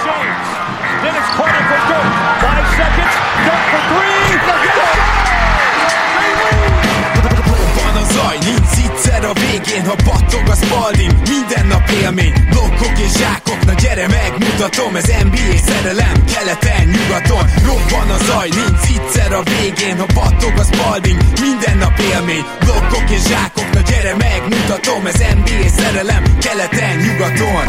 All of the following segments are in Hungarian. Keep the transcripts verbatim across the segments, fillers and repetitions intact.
James. Dennis corner for Dirk. Five seconds. Dirk for three. Van a zaj, nincs egyszer a végén, ha battog a Spalding, minden nap élmény, blokkok és zsákok, na gyere megmutatom, ez en bé á szerelem, keleten, nyugaton, robban a zaj, nincs egyszer a végén, ha battog a Spalding, minden nap élmény, blokkok és zsákok, na gyere megmutatom, ez en bé á szerelem, keleten, nyugaton.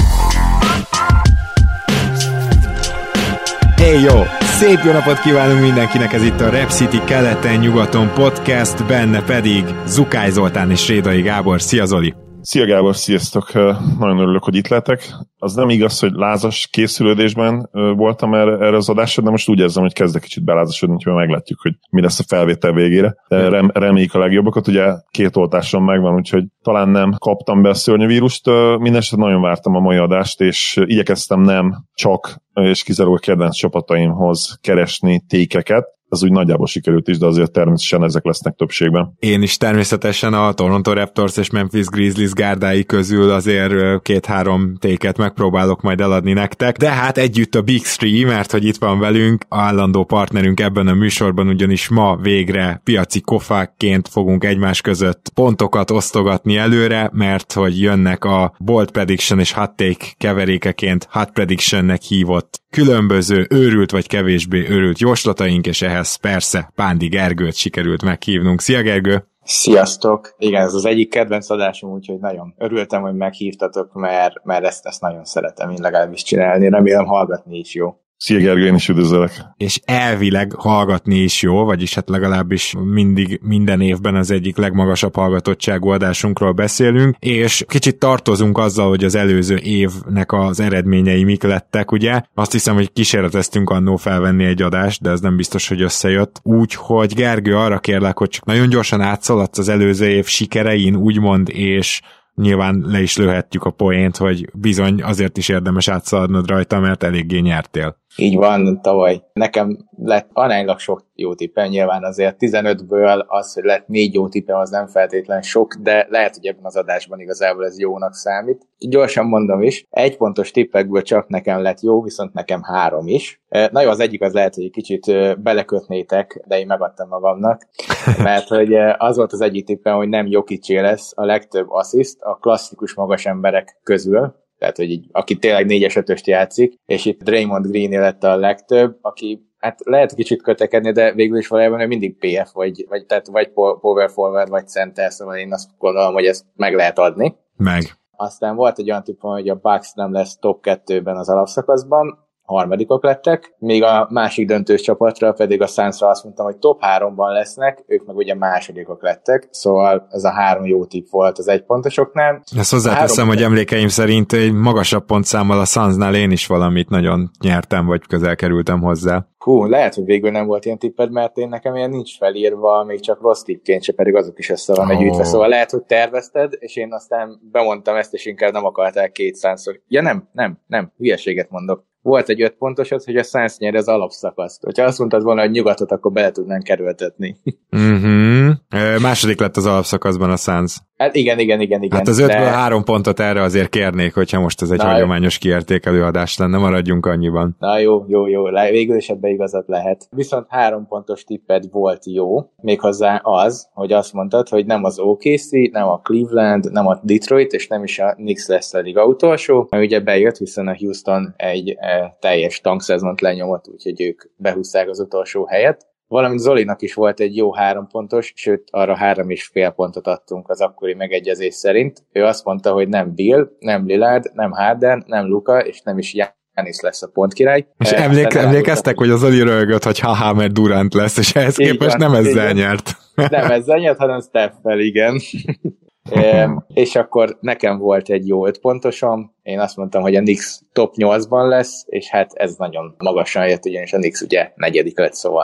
Hey jó! Szép jó napot kívánunk mindenkinek, ez itt a Rep City keleten-nyugaton podcast, benne pedig Zukály Zoltán és Rédai Gábor. Szia Zoli! Szia Gábor, sziasztok! Nagyon örülök, hogy itt lehetek. Az nem igaz, hogy lázas készülődésben voltam erre, erre az adásra, de most úgy érzem, hogy kezdek kicsit belázasodni, úgyhogy meglátjuk, hogy mi lesz a felvétel végére. Rem, reméljük a legjobbakat, ugye két oltásom megvan, úgyhogy talán nem kaptam be a szörnyű vírust. Mindenesetre nagyon vártam a mai adást, és igyekeztem nem csak és kizárólag kedvenc csapataimhoz keresni tékeket. Ez úgy nagyjából sikerült is, de azért természetesen ezek lesznek többségben. Én is természetesen a Toronto Raptors és Memphis Grizzlies gárdái közül azért két-három téket megpróbálok majd eladni nektek, de hát együtt a Big Three, mert hogy itt van velünk állandó partnerünk ebben a műsorban, ugyanis ma végre piaci kofákként fogunk egymás között pontokat osztogatni előre, mert hogy jönnek a Bold Prediction és Hot Take keverékeként Hot Predictionnek hívott különböző őrült vagy kevésbé őrült jóslataink, és ehhez persze Pándi Gergőt sikerült meghívnunk. Szia Gergő! Sziasztok! Igen, ez az egyik kedvenc adásom, úgyhogy nagyon örültem, hogy meghívtatok, mert, mert ezt, ezt nagyon szeretem én legalábbis csinálni. Remélem hallgatni is jó. Szia Gergő, én is üdvözlök. És elvileg hallgatni is jó, vagyis hát legalábbis mindig, minden évben az egyik legmagasabb hallgatottságú adásunkról beszélünk, és kicsit tartozunk azzal, hogy az előző évnek az eredményei mik lettek, ugye? Azt hiszem, hogy kísérleteztünk annó felvenni egy adást, de ez nem biztos, hogy összejött. Úgyhogy Gergő, arra kérlek, hogy csak nagyon gyorsan átszaladsz az előző év sikerein, úgymond, és nyilván le is lőhetjük a poént, hogy bizony azért is érdemes átszaladnod rajta, mert eléggé nyertél. Így van, tavaly. Nekem lett aránylag sok jó tippem, nyilván azért tizenötből az, hogy lett négy jó tippem, az nem feltétlen sok, de lehet, hogy ebben az adásban igazából ez jónak számít. Gyorsan mondom is, egy pontos tippekből csak nekem lett jó, viszont nekem három is. Na jó, az egyik az lehet, hogy egy kicsit belekötnétek, de én megadtam magamnak, mert hogy az volt az egyik tippem, hogy nem Jokic lesz a legtöbb assziszt a klasszikus magas emberek közül, tehát, hogy így, aki tényleg négyes-ötöst játszik, és itt Draymond Green lett a legtöbb, aki hát lehet kicsit kötekedni, de végül is valójában mindig pé ef, vagy, vagy, tehát vagy power forward, vagy center, szóval én azt gondolom, hogy ezt meg lehet adni. Meg. Aztán volt egy olyan tippom, hogy a Bucks nem lesz top kettőben az alapszakaszban, harmadikok lettek, még a másik döntős csapatra pedig a Sunsra azt mondtam, hogy top háromban lesznek, ők meg ugye másodikok lettek, szóval ez a három jó tipp volt az egypontosoknál. Ezt hozzáteszem, hogy emlékeim szerint egy magasabb pontszámmal a Sunsnál én is valamit nagyon nyertem, vagy közel kerültem hozzá. Hú, lehet, hogy végül nem volt ilyen tipped, mert én nekem ilyen nincs felírva, még csak rossz tippként se, pedig azok is össze van együttve, oh. Szóval lehet, hogy tervezted, és én aztán bemondtam ezt, és inkább nem akartál kétszázszor. Ja nem, nem, nem, hülyeséget mondok. Volt egy öt pontosod, hogy a Suns nyer az alapszakaszt. Hogyha azt mondtad volna, hogy nyugatot, akkor bele tudnánk kerültetni. Mm-hmm. Második lett az alapszakaszban a Suns. Hát igen, igen, igen, igen. Hát az ötből de... három pontot erre azért kérnék, hogyha most ez egy Na, hagyományos kiértékelő adás lenne, maradjunk annyiban. Na jó, jó, jó, végül is ebbe igazat lehet. Viszont három pontos tipped volt jó, méghozzá az, hogy azt mondtad, hogy nem az o ká cé, nem a Cleveland, nem a Detroit, és nem is a Knicks lesz a liga utolsó, mert ugye bejött, hiszen a Houston egy e, teljes tankszezont lenyomott, úgyhogy ők behúzták az utolsó helyet. Valamint Zolinak is volt egy jó három pontos, sőt arra három és fél pontot adtunk az akkori megegyezés szerint. Ő azt mondta, hogy nem Bill, nem Lillard, nem Harden, nem Luka, és nem is Giannis lesz a pontkirály. És emlék, emlékeztek, hogy az Zoli röhögött, hogy haha, mert Durant lesz, és ehhez így képest van, nem ezzel nyert. Nem ezzel nyert, hanem Steph-fel, igen. e, és akkor nekem volt egy jó öt pontosom, én azt mondtam, hogy a Knicks top nyolcban lesz, és hát ez nagyon magasan jött, ugyanis a Knicks ugye negyedik lett, szóval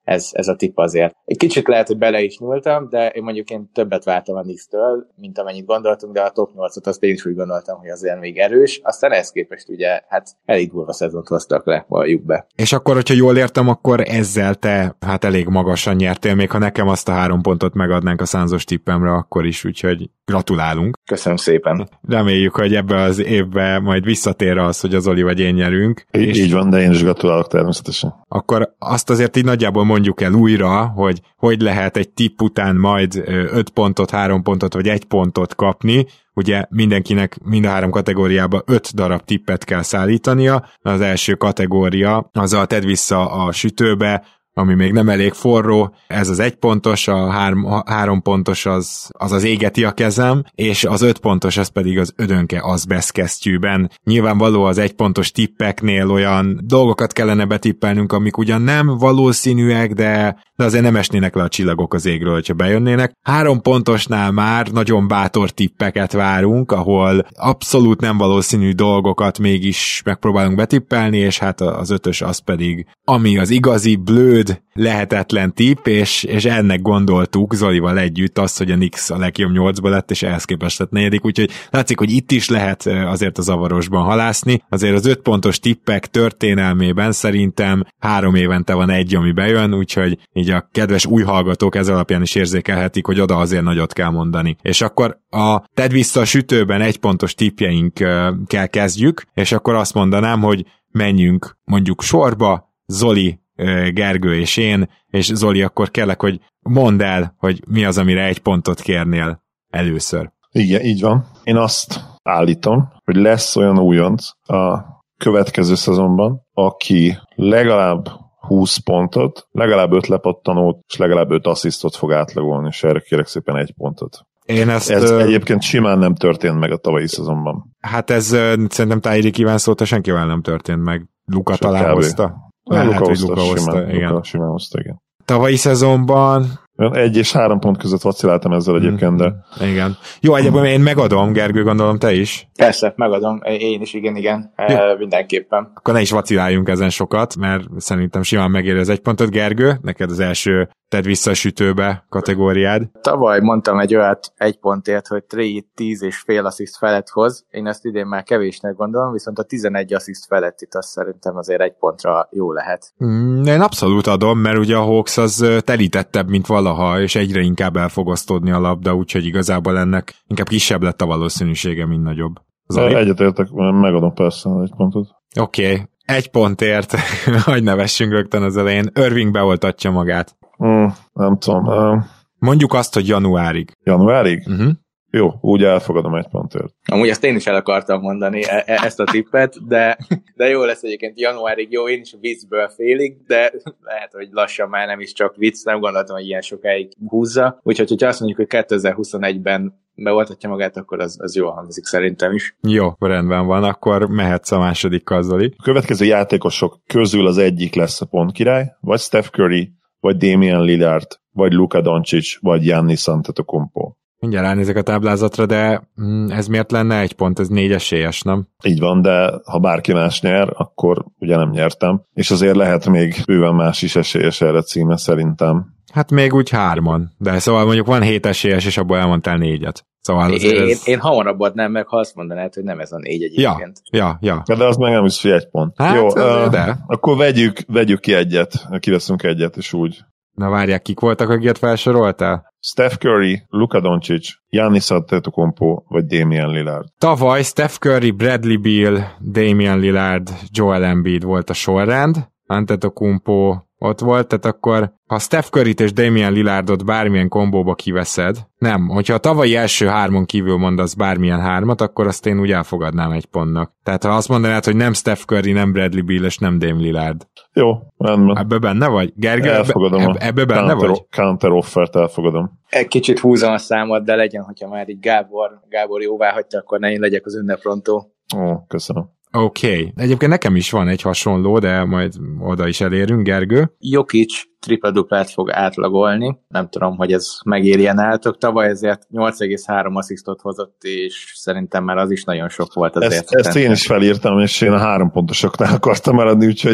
ez, ez a tipp azért. Egy kicsit lehet, hogy bele is nyúltam, de én mondjuk én többet vártam a Knicks-től, mint amennyit gondoltunk, de a top nyolcot azt én is úgy gondoltam, hogy azért még erős. Aztán ehhez képest ugye, hát elég durva szezont hoztak le, valljuk be. És akkor, hogyha jól értem, akkor ezzel te hát elég magasan nyertél, még ha nekem azt a három pontot megadnánk a szánzos tippemre, akkor is, úgyhogy gratulálunk. Köszönöm szépen. Reméljük, hogy ebbe az évbe majd visszatér az, hogy az Oli vagy én nyerünk. Így, és így van, de én is gratulálok természetesen. Akkor azt azért így nagyjából mondjuk el újra, hogy hogy lehet egy tipp után majd öt pontot, három pontot vagy egy pontot kapni. Ugye mindenkinek mind a három kategóriába öt darab tippet kell szállítania. Az első kategória az a tedd vissza a sütőbe, ami még nem elég forró, ez az egy pontos, a három, a három pontos az, az az égeti a kezem, és az öt pontos az pedig az ödönke azbesztkesztyűben. Nyilvánvaló az egy pontos tippeknél olyan dolgokat kellene betippelnünk, amik ugyan nem valószínűek, de, de azért nem esnének le a csillagok az égről, hogyha bejönnének. Három pontosnál már nagyon bátor tippeket várunk, ahol abszolút nem valószínű dolgokat mégis megpróbálunk betippelni, és hát az ötös az pedig, ami az igazi blőd lehetetlen tipp, és, és ennek gondoltuk Zolival együtt azt, hogy a Knicks a legjobb nyolcba lett, és ehhez képest lett negyedik, úgyhogy látszik, hogy itt is lehet azért a zavarosban halászni. Azért az öt pontos tippek történelmében szerintem három évente van egy, ami bejön, úgyhogy így a kedves új hallgatók ez alapján is érzékelhetik, hogy oda azért nagyot kell mondani. És akkor a tedd vissza a sütőben egy pontos tippjeinkkel kezdjük, és akkor azt mondanám, hogy menjünk mondjuk sorba, Zoli, Gergő és én, és Zoli, akkor kellek, hogy mondd el, hogy mi az, amire egy pontot kérnél először. Igen, így van. Én azt állítom, hogy lesz olyan újonc a következő szezonban, aki legalább húsz pontot, legalább öt lepattanót, és legalább öt asszisztot fog átlagolni, és erre kérek szépen egy pontot. Én ezt, ez ö... egyébként simán nem történt meg a tavalyi szezonban. Hát ez szerintem Tyreek Evans óta senkivel nem történt meg. Luka Csak talán hozta. Lehet, Luka hogy Luka hozta, simán, igen. Luka simán hozta, igen. Tavalyi szezonban... Egy és három pont között vaciláltam ezzel egyébként, de... Igen. Jó, egyébként én megadom, Gergő, gondolom te is. Persze, megadom. Én is, igen, igen. E, mindenképpen. Akkor ne is vaciláljunk ezen sokat, mert szerintem simán megéri az egy pontot. Gergő, neked az első tedd vissza a sütőbe kategóriád. Tavaly mondtam egy olyat egy pontért, hogy Trey tíz és fél assziszt felett hoz. Én ezt idén már kevésnek gondolom, viszont a tizenegy assziszt felett itt azt szerintem azért egy pontra jó lehet. Mm, én abszolút adom, mert ugye a Hawks az telítettebb, mint valaha, és egyre inkább el fog osztódni a labda, úgyhogy igazából ennek inkább kisebb lett a valószínűsége, mint nagyobb. Egyetértek, megadom persze egy pontot. Oké, okay. Egy pontért, hogy nevessünk rögtön az elején. Irving beoltatja magát. Mm, nem tudom. Uh... Mondjuk azt, hogy januárig. Januárig? Uh-huh. Jó, úgy elfogadom egy pontért. Amúgy ezt én is el akartam mondani, e- e- ezt a tippet, de, de jó lesz egyébként januárig, jó, én is viccből félig, de lehet, hogy lassan már nem is csak vicc, nem gondoltam, hogy ilyen sokáig húzza. Úgyhogy, hogyha azt mondjuk, hogy kétezer-huszonegyben beoltatja magát, akkor az, az jól hangzik szerintem is. Jó, rendben van, akkor mehetsz a másodikkal, Zoli. A következő játékosok közül az egyik lesz a pontkirály, vagy Steph Curry, vagy Damian Lillard, vagy Luka Doncic, vagy Giannis Antetokounmpo. Mindjárt ránézek a táblázatra, de ez miért lenne egy pont? Ez négy esélyes, nem? Így van, de ha bárki más nyer, akkor ugye nem nyertem. És azért lehet még bőven más is esélyes erre címe szerintem. Hát még úgy hárman. De szóval mondjuk van hét esélyes, és abból elmondtál négyet. Szóval én, ez... én hamarabb adnám meg, ha azt mondanád, hogy nem ez a négy egyébként. Ja, ja, ja. De az meg nem is fi egy pont. Hát, jó, uh, de. Akkor vegyük, vegyük ki egyet, kiveszünk egyet, és úgy. Na várják, kik voltak, akiket felsoroltál? Steph Curry, Luka Doncic, Giannis Antetokounmpo, vagy Damian Lillard. Tavaly Steph Curry, Bradley Beal, Damian Lillard, Joel Embiid volt a sorrend. Antetokounmpo ott volt, tehát akkor ha Steph Curryt és Damian Lillardot bármilyen kombóba kiveszed, nem, hogyha a tavalyi első hármon kívül mondasz bármilyen hármat, akkor azt én úgy elfogadnám egy pontnak. Tehát ha azt mondanád, hogy nem Steph Curry, nem Bradley Beal és nem Dame Lillard. Jó, rendben. Ebbe benne vagy? Gergő, elfogadom ebbe, ebbe benne counter, vagy? Counter offert elfogadom. Egy kicsit húzom a számot, de legyen, hogyha már így Gábor, Gábor jóvá hagyta, akkor ne én legyek az ünneprontó. Ó, köszönöm. Oké. Okay. Egyébként nekem is van egy hasonló, de majd oda is elérünk, Gergő. Jokic tripla-duplát fog átlagolni. Nem tudom, hogy ez megérjen nálatok. Tavaly ezért nyolc egész három asszisztot hozott, és szerintem már az is nagyon sok volt azért. Ezt, ezt én is felírtam, és én a három pontosoknál akartam maradni, úgyhogy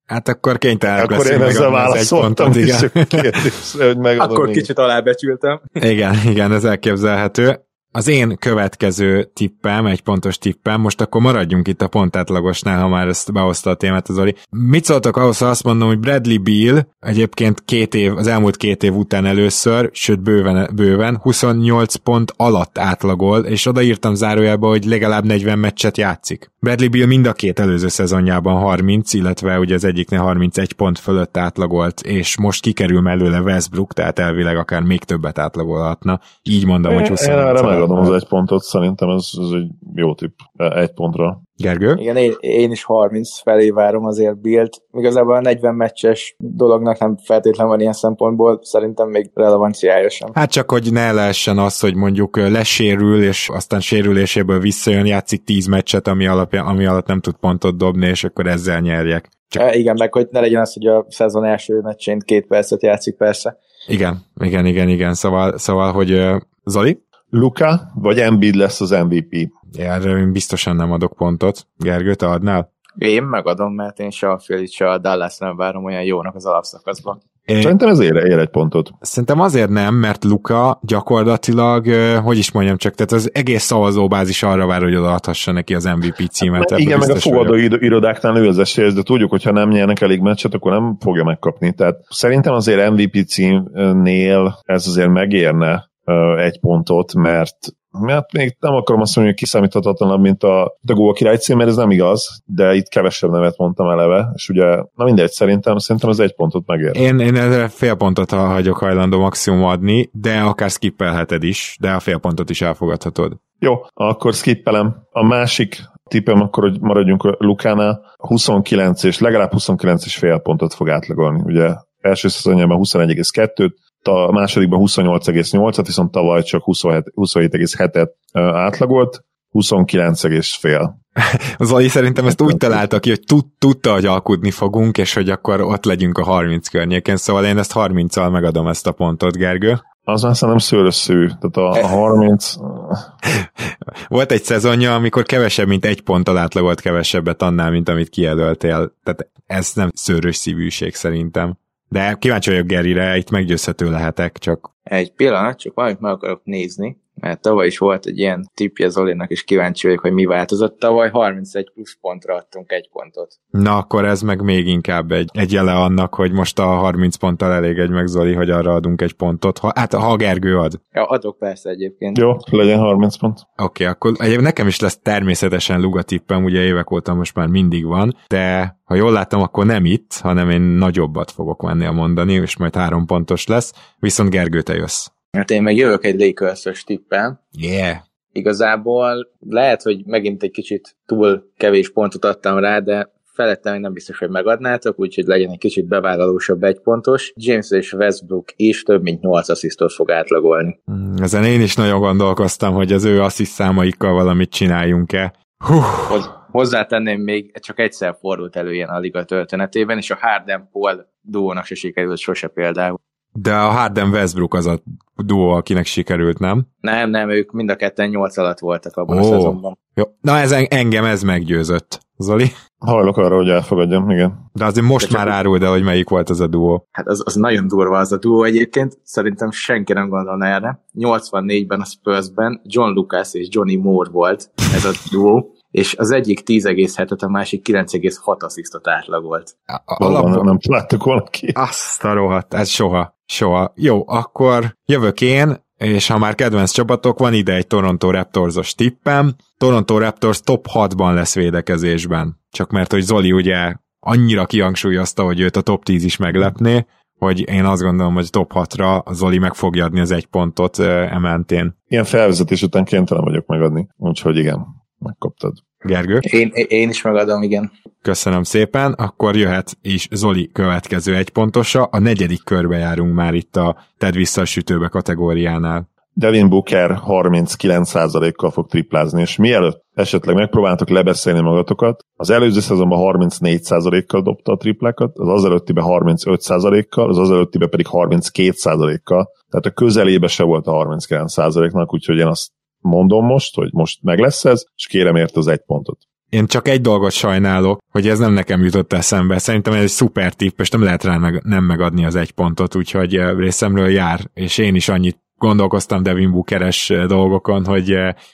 Hát akkor kénytelenek akkor leszünk én ezzel válaszoltam, egy pontot, igen. Kérdés, hogy akkor még. kicsit alábecsültem. Igen, igen, ez elképzelhető. Az én következő tippem, egy pontos tippem, most akkor maradjunk itt a pontátlagosnál, ha már ezt behozta a témát az Zoli. Mit szóltak ahhoz, ha azt mondom, hogy Bradley Beal egyébként két év, az elmúlt két év után először, sőt bőven, bőven huszonnyolc pont alatt átlagol, és odaírtam zárójelbe, hogy legalább negyven meccset játszik. Bradley Beal mind a két előző szezonjában harminc, illetve ugye az egyiknél harmincegy pont fölött átlagolt, és most kikerül mellőle Westbrook, tehát elvileg akár még többet átlagolhatna. Így mondom, hogy huszonnyolc. Megadom az egy pontot, szerintem ez, ez egy jó tipp, egy pontra. Gergő? Igen, én, én is harminc felé várom azért Bilt. Igazából a negyven meccses dolognak nem feltétlenül van ilyen szempontból, szerintem még relevanciája sem. Hát csak, hogy ne lehessen az, hogy mondjuk lesérül, és aztán sérüléséből visszajön, játszik tíz meccset, ami, alapján, ami alatt nem tud pontot dobni, és akkor ezzel nyerjek. Csak... E, igen, meg hogy ne legyen az, hogy a szezon első meccsén két percet játszik persze. Igen, igen, igen, igen, szóval, szóval hogy uh, Zoli? Luka vagy Embiid lesz az em vé pé? Erre én biztosan nem adok pontot. Gergő, te adnál? Én megadom, mert én se a Philly, se a Dallas nem várom olyan jónak az alapszakaszban. É, Szerintem ez ér, ér egy pontot. Szerintem azért nem, mert Luka gyakorlatilag, hogy is mondjam csak, tehát az egész szavazóbázis arra vár, hogy odaadhassa neki az em vé pé címet. Hát, igen, meg a fogadó irodáknál ő az esélyes, de tudjuk, hogy ha nem nyernek elég meccset, akkor nem fogja megkapni. Tehát szerintem azért em vé pé címnél ez azért megérne egy pontot, mert mert még nem akarom azt mondani, hogy kiszámíthatatlanabb, mint a, a Góa király cím, mert ez nem igaz, de itt kevesebb nevet mondtam eleve, és ugye, na mindegy, szerintem, szerintem az egy pontot megér. Én, én ezzel fél pontot hagyok hajlandó maximum adni, de akár skippelheted is, de a fél pontot is elfogadhatod. Jó, akkor skippelem. A másik tippem akkor, hogy maradjunk a Lukánál, huszonkilenc és legalább huszonkilenc és fél pontot fog átlagolni. Ugye első szezonjában huszonegy egész kettőt, a másodikban huszonnyolc egész nyolcat, viszont tavaly csak huszonhét egész hetet átlagolt, huszonkilenc egész fél. Zoli szerintem ezt úgy találta ki, hogy tud, tudta, hogy alkudni fogunk, és hogy akkor ott legyünk a harminc környéken, szóval én ezt harminccal megadom ezt a pontot, Gergő. Az már szerintem szőrösszű, tehát a, a harminc... Volt egy szezonja, amikor kevesebb, mint egy ponttal átlagolt kevesebbet annál, mint amit kijelöltél, tehát ez nem szőrös szívűség szerintem. De kíváncsi vagyok Gerire, itt meggyőzhető lehetek, csak... Egy pillanat, csak valamit meg akarok nézni, mert tavaly is volt egy ilyen tippje Zolinak, és kíváncsi vagyok, hogy mi változott. Tavaly harmincegy plusz pontra adtunk egy pontot. Na, akkor ez meg még inkább egy, egy jele annak, hogy most a harminc ponttal elég egy meg Zoli, hogy arra adunk egy pontot. Ha, hát ha Gergő ad. Ja, adok persze egyébként. Jó, legyen harminc pont. Oké, okay, akkor egyébként nekem is lesz természetesen Luga tippem, ugye évek óta most már mindig van, de ha jól láttam, akkor nem itt, hanem én nagyobbat fogok menni a mondani, és majd három pontos lesz, viszont Gergő, te jössz. Hát én meg jövök egy Lakers-ös tippel. Yeah. Igazából lehet, hogy megint egy kicsit túl kevés pontot adtam rá, de felettem még nem biztos, hogy megadnátok, úgyhogy legyen egy kicsit bevállalósabb egy pontos. James és Westbrook is több mint nyolc asszisztot fog átlagolni. Ezen én is nagyon gondolkoztam, hogy az ő assziszt számaikkal valamit csináljunk-e. Hú. Hozzátenném, még csak egyszer fordult elő ilyen a liga történetében, és a Harden-Paul duónak se sikerült sose például. De a Harden-Westbrook az a duó, akinek sikerült, nem? Nem, nem, ők mind a ketten nyolc alatt voltak abban oh. a szezonban. Jó. Na, ez engem ez meggyőzött. Zoli? Hajlok arra, hogy elfogadjam, igen. De azért most De már áruld el, hogy melyik volt az a duó. Hát az, az nagyon durva az a duó egyébként, szerintem senki nem gondolna erre. nyolcvannégyben a Spursben John Lucas és Johnny Moore volt ez a duó, és az egyik tíz egész hetet, a másik kilenc egész hat asszisztot átlagolt. Alapban nem, nem láttuk valaki. Azt a rohadt, ez soha. Soha. Jó, akkor jövök én, és ha már kedvenc csapatok, van ide egy Toronto Raptors-os tippem. Toronto Raptors top hatban lesz védekezésben. Csak mert, hogy Zoli ugye annyira kihangsúlyozta, hogy őt a top tíz is meglepné, hogy én azt gondolom, hogy top hatra Zoli meg fogja adni az egy pontot ementén. Ilyen felvezetés után kénytelen vagyok megadni, úgyhogy igen, megkaptad. Gergő? Én, én is megadom, igen. Köszönöm szépen, akkor jöhet is Zoli következő egy pontosa. A negyedik körbe járunk már itt a Ted vissza a sütőbe kategóriánál. Devin Booker harminckilenc százalékkal fog triplázni, és mielőtt esetleg megpróbáltok lebeszélni magatokat, az előző szezonban harmincnégy százalékkal dobta a triplákat, az azelőttiben harmincöt százalékkal, az azelőttiben pedig harminckét százalékkal, tehát a közelébe se volt a harminckilenc százaléknak, úgyhogy én azt mondom most, hogy most meg lesz ez, és kérem érte az egy pontot. Én csak egy dolgot sajnálok, hogy ez nem nekem jutott eszembe. Szerintem ez egy szuper tipp, és nem lehet rá meg, nem megadni az egy pontot, úgyhogy részemről jár, és én is annyit gondolkoztam Devin Bookeres dolgokon, hogy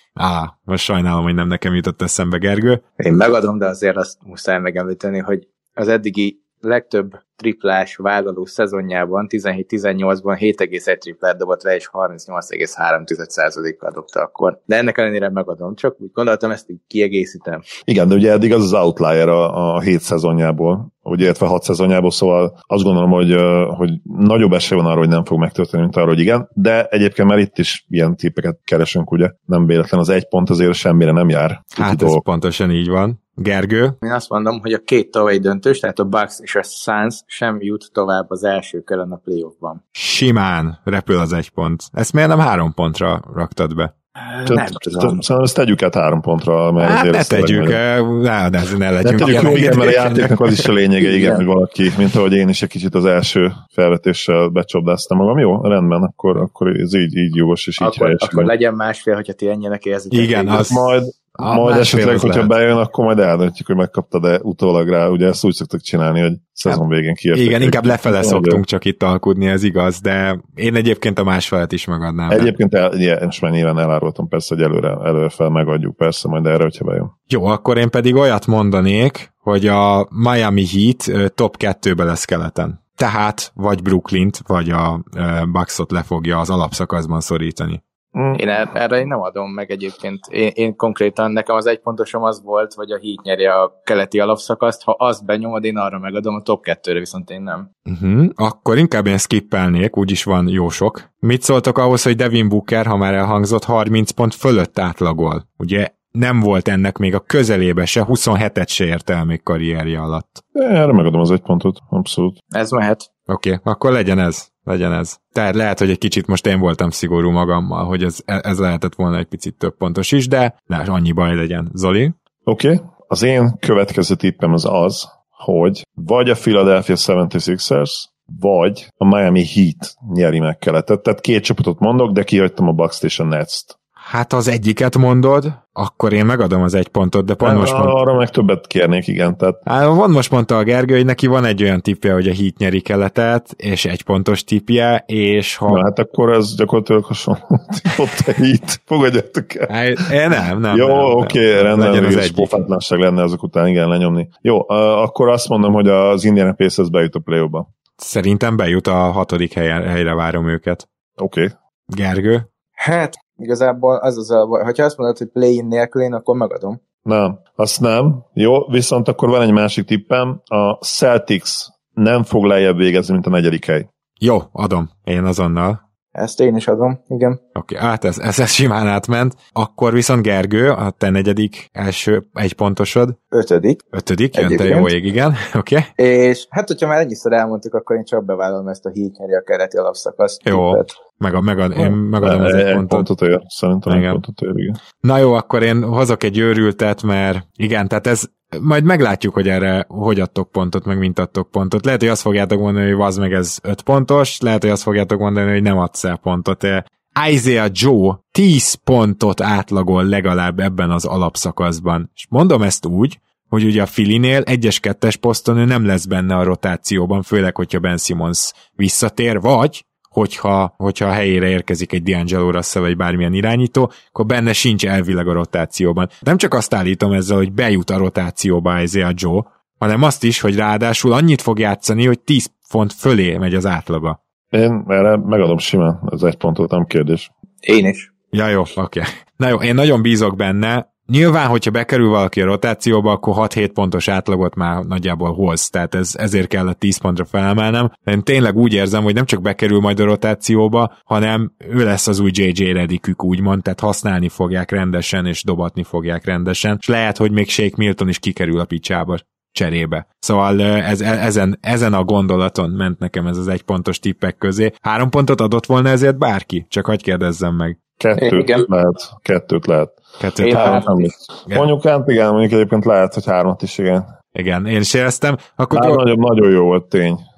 á, most sajnálom, hogy nem nekem jutott eszembe, Gergő. Én megadom, de azért azt muszáj megemlíteni, hogy az eddigi legtöbb triplás vállaló szezonjában, tizenhét tizennyolcban hét egész egy triplát dobott le, és harmincnyolc egész három százalékkal dobta akkor. De ennek ellenére megadom, csak úgy gondoltam, ezt így kiegészítem. Igen, de ugye eddig az az outlier a, a hét szezonjából, ugye értve hat szezonjából, szóval azt gondolom, hogy, hogy nagyobb esély van arra, hogy nem fog megtörténni, mint arra, hogy igen, de egyébként már itt is ilyen tippeket keresünk, ugye, nem véletlen az egy pont azért semmire nem jár. Hát ez pontosan így van. Gergő? Én azt mondom, hogy a két tavalyi döntős, tehát a Bucks és a Suns sem jut tovább az első körön a playoffban. Simán repül az egy pont. Ezt miért nem három pontra raktad be? Nem tudom. Szerintem ezt tegyük át három pontra. Mert hát ne tegyük, ne, de ne legyünk. Ne tegyük, igen, mert a játéknak az is a lényege, igen, hogy valaki, mint ahogy én is egy kicsit az első felvetéssel becsapdáztam magam. Jó, rendben, akkor, akkor ez így, így jogos, és így akkor, helyes. Akkor legyen másfél, hogyha ti ennyinek érzitek. Igen, az... Majd, A majd esetleg, hogyha lehet. bejön, akkor majd eldöntjük, hogy megkapta, de utólag rá, ugye ezt úgy szoktak csinálni, hogy szezon végén kiértek. Igen, inkább lefele szoktunk csak itt alkudni, ez igaz, de én egyébként a másfelet is megadnám. Egyébként el, ilyen, most már nyilván elárultam persze, hogy előre, előre fel megadjuk persze, majd erre, hogyha bejön. Jó, akkor én pedig olyat mondanék, hogy a Miami Heat top kettőbe lesz keleten. Tehát vagy Brooklynt, vagy a Bucksot le fogja az alapszakaszban szorítani. Én erre én nem adom meg egyébként. Én, én konkrétan, nekem az egy pontosom az volt, hogy a Heat nyeri a keleti alapszakaszt, ha azt benyomod, én arra megadom, a top kettőre viszont én nem. Uh-huh. Akkor inkább én skippelnék, úgyis van jó sok. Mit szóltok ahhoz, hogy Devin Booker, ha már elhangzott, harminc pont fölött átlagol? Ugye nem volt ennek még a közelébe se, huszonhetet se ért el még karrierje alatt. Erre megadom az egy pontot, abszolút. Ez mehet. Oké, okay, akkor legyen ez. Legyen ez. Tehát lehet, hogy egy kicsit most én voltam szigorú magammal, hogy ez, ez lehetett volna egy picit több pontos is, de ne, annyi baj legyen. Zoli? Oké, okay. Az én következő tippem az az, hogy vagy a Philadelphia hetvenhatos ers, vagy a Miami Heat nyeri meg keletet. Tehát két csapatot mondok, de kihagytam a Bucks-t és a Nets-t. Hát az egyiket mondod, akkor én megadom az egy pontot, de pont de most arra mond... meg többet kérnék, igen. Tehát... Hát, van most mondta a Gergő, hogy neki van egy olyan tippje, hogy a Heat nyeri keletet, és egy pontos tippje, és ha... Na, hát akkor ez gyakorlatilag hasonló tippot a Heat. Fogadjátok el. Hát, én nem, nem. Jó, oké, okay, rendben, ez egy pofátlanság lenne azok után, igen, lenyomni. Jó, uh, akkor azt mondom, hogy az Indiana Pacers bejut a play-ba. Szerintem bejut, a hatodik helyen, helyre várom őket. Oké. Okay. Gergő? Hát, igazából az az a, hogyha azt mondod, hogy play-in nélkül, én akkor megadom. Nem, azt nem. Jó, viszont akkor van egy másik tippem. A Celtics nem fog lejjebb végezni, mint a negyedik hely. Jó, adom. Én azonnal. Ezt én is adom, igen. Oké, okay, hát ez, ez, ez simán átment. Akkor viszont Gergő, a te negyedik első egy pontosod. Ötödik. Ötödik, jön te jó ég, igen. Oké. Okay. És hát, hogyha már ennyiszer elmondtuk, akkor én csak bevállalom ezt a Heat nyeri a keleti alapszakaszt. Jó, meg, megad, én megadom az egy pontot. pontot ér, szerintem egy pontot ér, igen. Na jó, akkor én hozok egy őrültet, mert igen, tehát ez majd meglátjuk, hogy erre hogy adtok pontot, meg mint adtok pontot. Lehet, hogy azt fogjátok mondani, hogy vazd meg ez öt pontos, lehet, hogy azt fogjátok mondani, hogy nem adsz el pontot. Isaiah Joe tíz pontot átlagol legalább ebben az alapszakaszban. És mondom ezt úgy, hogy ugye a Phillynél egyes kettes poszton ő nem lesz benne a rotációban, főleg, hogyha Ben Simmons visszatér, vagy hogyha, hogyha a helyére érkezik egy D'Angelo Russell vagy bármilyen irányító, akkor benne sincs elvileg a rotációban. Nem csak azt állítom ezzel, hogy bejut a rotációba Isaiah Joe, hanem azt is, hogy ráadásul annyit fog játszani, hogy tíz font fölé megy az átlaga. Én erre megadom simán, ez egy pontot, nem kérdés. Én is. Ja, jó, oké. Okay. Na jó, én nagyon bízok benne. Nyilván, hogyha bekerül valaki a rotációba, akkor hat-hét pontos átlagot már nagyjából hoz, tehát ez, ezért kell a tíz pontra felemelnem. Én tényleg úgy érzem, hogy nem csak bekerül majd a rotációba, hanem ő lesz az új jé jé Reddickük, úgymond, tehát használni fogják rendesen, és dobatni fogják rendesen, és lehet, hogy még Shake Milton is kikerül a picsába cserébe. Szóval ez, ezen, ezen a gondolaton ment nekem ez az egy pontos tippek közé. Három pontot adott volna ezért bárki? Csak hagyj kérdezzem meg. Kettőt igen. lehet. Kettőt lehet. Kettőt én lehet. Mondjuk át, igen, mondjuk egyébként lehet, hogy hármat is, igen. Igen, én is éreztem. Akkor Már nagyon, nagyon jó volt tény.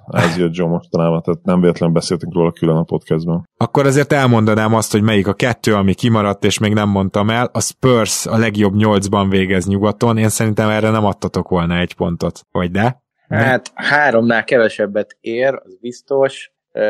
ez jött Joe mostanában, tehát nem véletlenül beszéltünk róla külön a podcastben. Akkor azért elmondanám azt, hogy melyik a kettő, ami kimaradt, és még nem mondtam el. A Spurs a legjobb nyolcban végez nyugaton. Én szerintem erre nem adtatok volna egy pontot. Vagy de? Hát háromnál kevesebbet ér, az biztos,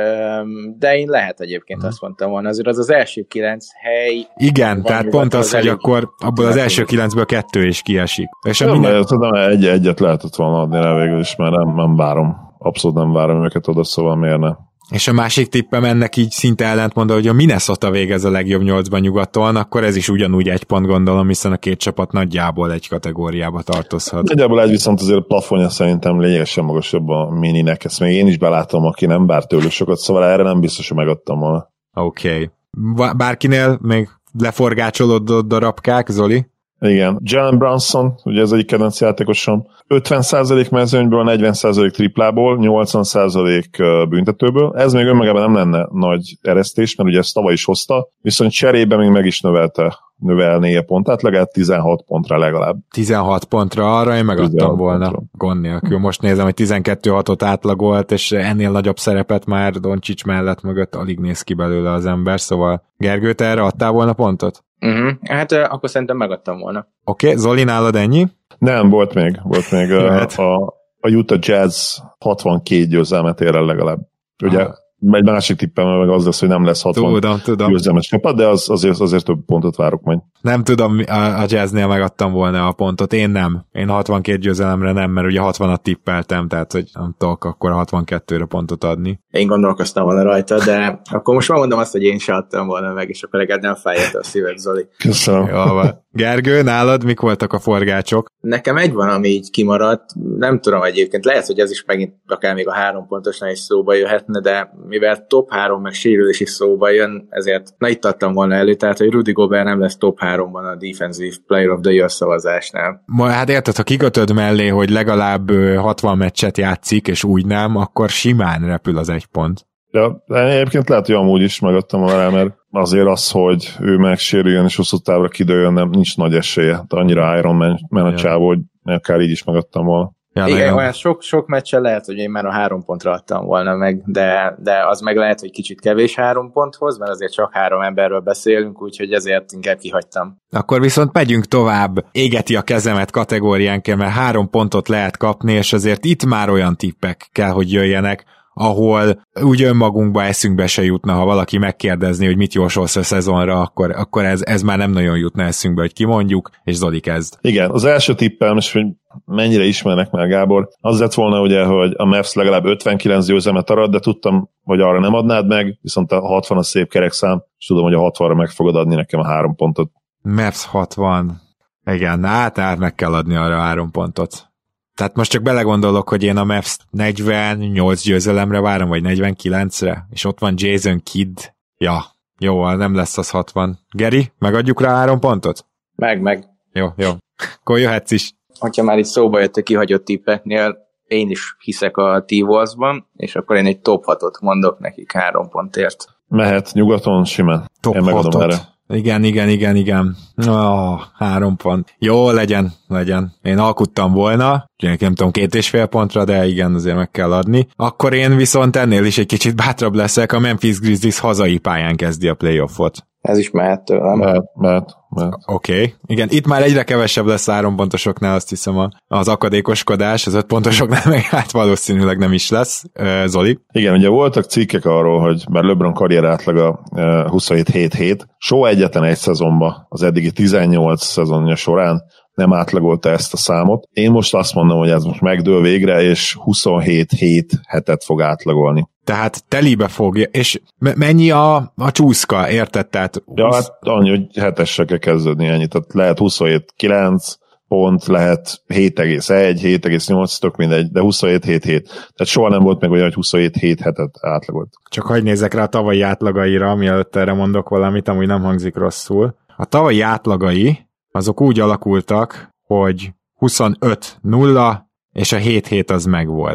de én lehet egyébként hmm. azt mondtam volna, azért az az első kilenc hely... Igen, tehát pont az, hogy akkor abból az első kilencből kettő is kiesik. És Jó, minden... tudom, egy, egyet lehetett volna adni rá végül is, mert nem, nem várom. Abszolút nem várom őket oda, szóval miért ne? És a másik tippem ennek így szinte ellentmond, hogy a Minnesota végez a legjobb nyolcban nyugaton, akkor ez is ugyanúgy egy pont gondolom, hiszen a két csapat nagyjából egy kategóriába tartozhat. Nagyjából egy, viszont azért a plafonja szerintem lényegesen magasabb a Mininek, ezt még én is belátom, aki nem bár tőlük sokat, szóval erre nem biztos, hogy megadtam volna. Oké. Okay. Bárkinél még leforgácsolódott darabkák, Zoli? Igen. Jalen Brunson, ugye ez egyik kedvenc játékosom, ötven százalék mezőnyből, negyven százalék triplából, nyolcvan százalék büntetőből. Ez még önmagában nem lenne nagy eresztés, mert ugye ezt tavaly is hozta, viszont cserébe még meg is növelte, növelné a pontát, legalább tizenhat pontra legalább. tizenhat pontra arra én megadtam volna gond nélkül. Most nézem, hogy tizenkettő hatot átlagolt, és ennél nagyobb szerepet már Doncsics mellett mögött alig néz ki belőle az ember, szóval Gergő, te erre adtál volna pontot? Uh-huh. Hát uh, akkor szerintem megadtam volna. Oké, okay. Zoli, nálad ennyi? Nem, volt még. Volt még a, a, a Utah Jazz hatvankét győzelmet ér el legalább. Ugye ah. egy másik tippem meg az lesz, hogy nem lesz hatvan tudom, tudom. győzelmes csapat, de az, azért, azért több pontot várok majd. Nem tudom, a Jazznél megadtam volna a pontot, én nem. Én hatvankét győzelemre nem, mert ugye hatvanat tippeltem, tehát hogy nem tudok akkor a hatvankettőre pontot adni. Én gondolkoztam volna rajta, de akkor most már mondom azt, hogy én se adtam volna meg, és akkor legalább nem fájt a szíved, Zoli. Köszönöm. Jó, Gergő, nálad mik voltak a forgácsok? Nekem egy van, ami így kimaradt, nem tudom egyébként, lehet, hogy ez is megint akár még a három pontosnál is szóba jöhetne, de mivel top három meg sérülés is szóba jön, ezért na itt adtam volna elő, tehát hogy Rudy Gobert nem lesz top háromban a Defensive Player of the Year szavazásnál. Ma, hát érted, ha kikötöd mellé, hogy legalább hatvan meccset játszik, és úgy nem, akkor simán repül az egy pont. Ja, egyébként lehet, hogy amúgy is megadtam volna, mert azért az, hogy ő megsérüljön és hosszú távra kidőjön, nem, nincs nagy esélye. Tehát annyira Iron Man, Man a csávó, hogy akár így is megadtam volna. Ja, igen, olyan sok, sok meccsen lehet, hogy én már a három pontra adtam volna meg, de, de az meg lehet, hogy kicsit kevés három ponthoz, mert azért csak három emberről beszélünk, úgyhogy ezért inkább kihagytam. Akkor viszont megyünk tovább, égeti a kezemet kategóriánként, mert három pontot lehet kapni, és azért itt már olyan tippek kell, hogy jöjjenek, ahol úgy önmagunkba eszünkbe se jutna, ha valaki megkérdezni, hogy mit jósolsz a szezonra, akkor, akkor ez, ez már nem nagyon jutna eszünkbe, hogy kimondjuk, és Zoli kezd. Igen, az első tippem, és hogy mennyire ismernek már Gábor, az lett volna ugye, hogy a Mavs legalább ötvenkilenc győzelmet arad, de tudtam, hogy arra nem adnád meg, viszont a hatvan a szép kerekszám, és tudom, hogy a hatvanra meg fogod adni nekem a három pontot. Mavs hatvan. Igen, hát, hát meg kell adni arra a három pontot. Tehát most csak belegondolok, hogy én a Mavs negyvennyolc győzelemre várom, vagy negyvenkilencre, és ott van Jason Kidd. Ja, jó, nem lesz az hatvan. Geri, megadjuk rá három pontot? Meg, meg. Jó, jó. Akkor jöhetsz is. Hogyha már itt szóba jött a kihagyott tippeknél, én is hiszek a T-Wolvesban, és akkor én egy top hatot mondok nekik három pontért. Mehet nyugaton simán. Top hatot. Igen, igen, igen, igen. Oh, három pont. Jó, legyen, legyen. Én alkuttam volna, nem tudom, két és fél pontra, de igen, azért meg kell adni. Akkor én viszont ennél is egy kicsit bátrabb leszek, a Memphis Grizzlies hazai pályán kezdi a playoffot. Ez is mehet tőlem. Mehet, mehet. Oké. Okay. Igen, itt már egyre kevesebb lesz három pontosoknál, azt hiszem az akadékoskodás, az öt pontosoknál meg hát valószínűleg nem is lesz. Uh, Zoli? Igen, ugye voltak cikkek arról, hogy már LeBron karrier átlaga uh, huszonhét hét hét, soha egyetlen egy szezonban az eddigi tizennyolc szezonja során nem átlagolta ezt a számot. Én most azt mondom, hogy ez most megdől végre, és huszonhét hét hetet fog átlagolni. Tehát telibe fogja, és me- mennyi a, a csúszka, érted? Tehát húsz... Ja, hát annyi, hogy hetesre kell kezdődni ennyi, tehát lehet huszonhét kilenc pont, lehet hét egész egy, hét egész nyolc, tök mindegy, de huszonhét hét hét. Tehát soha nem volt meg olyan, hogy huszonhét hét hetet átlagolt. Csak hagyj nézzek rá a tavalyi átlagaira, mielőtt erre mondok valamit, amúgy nem hangzik rosszul. A tavalyi átlagai azok úgy alakultak, hogy huszonöt nulla, és a hét hét az megvolt.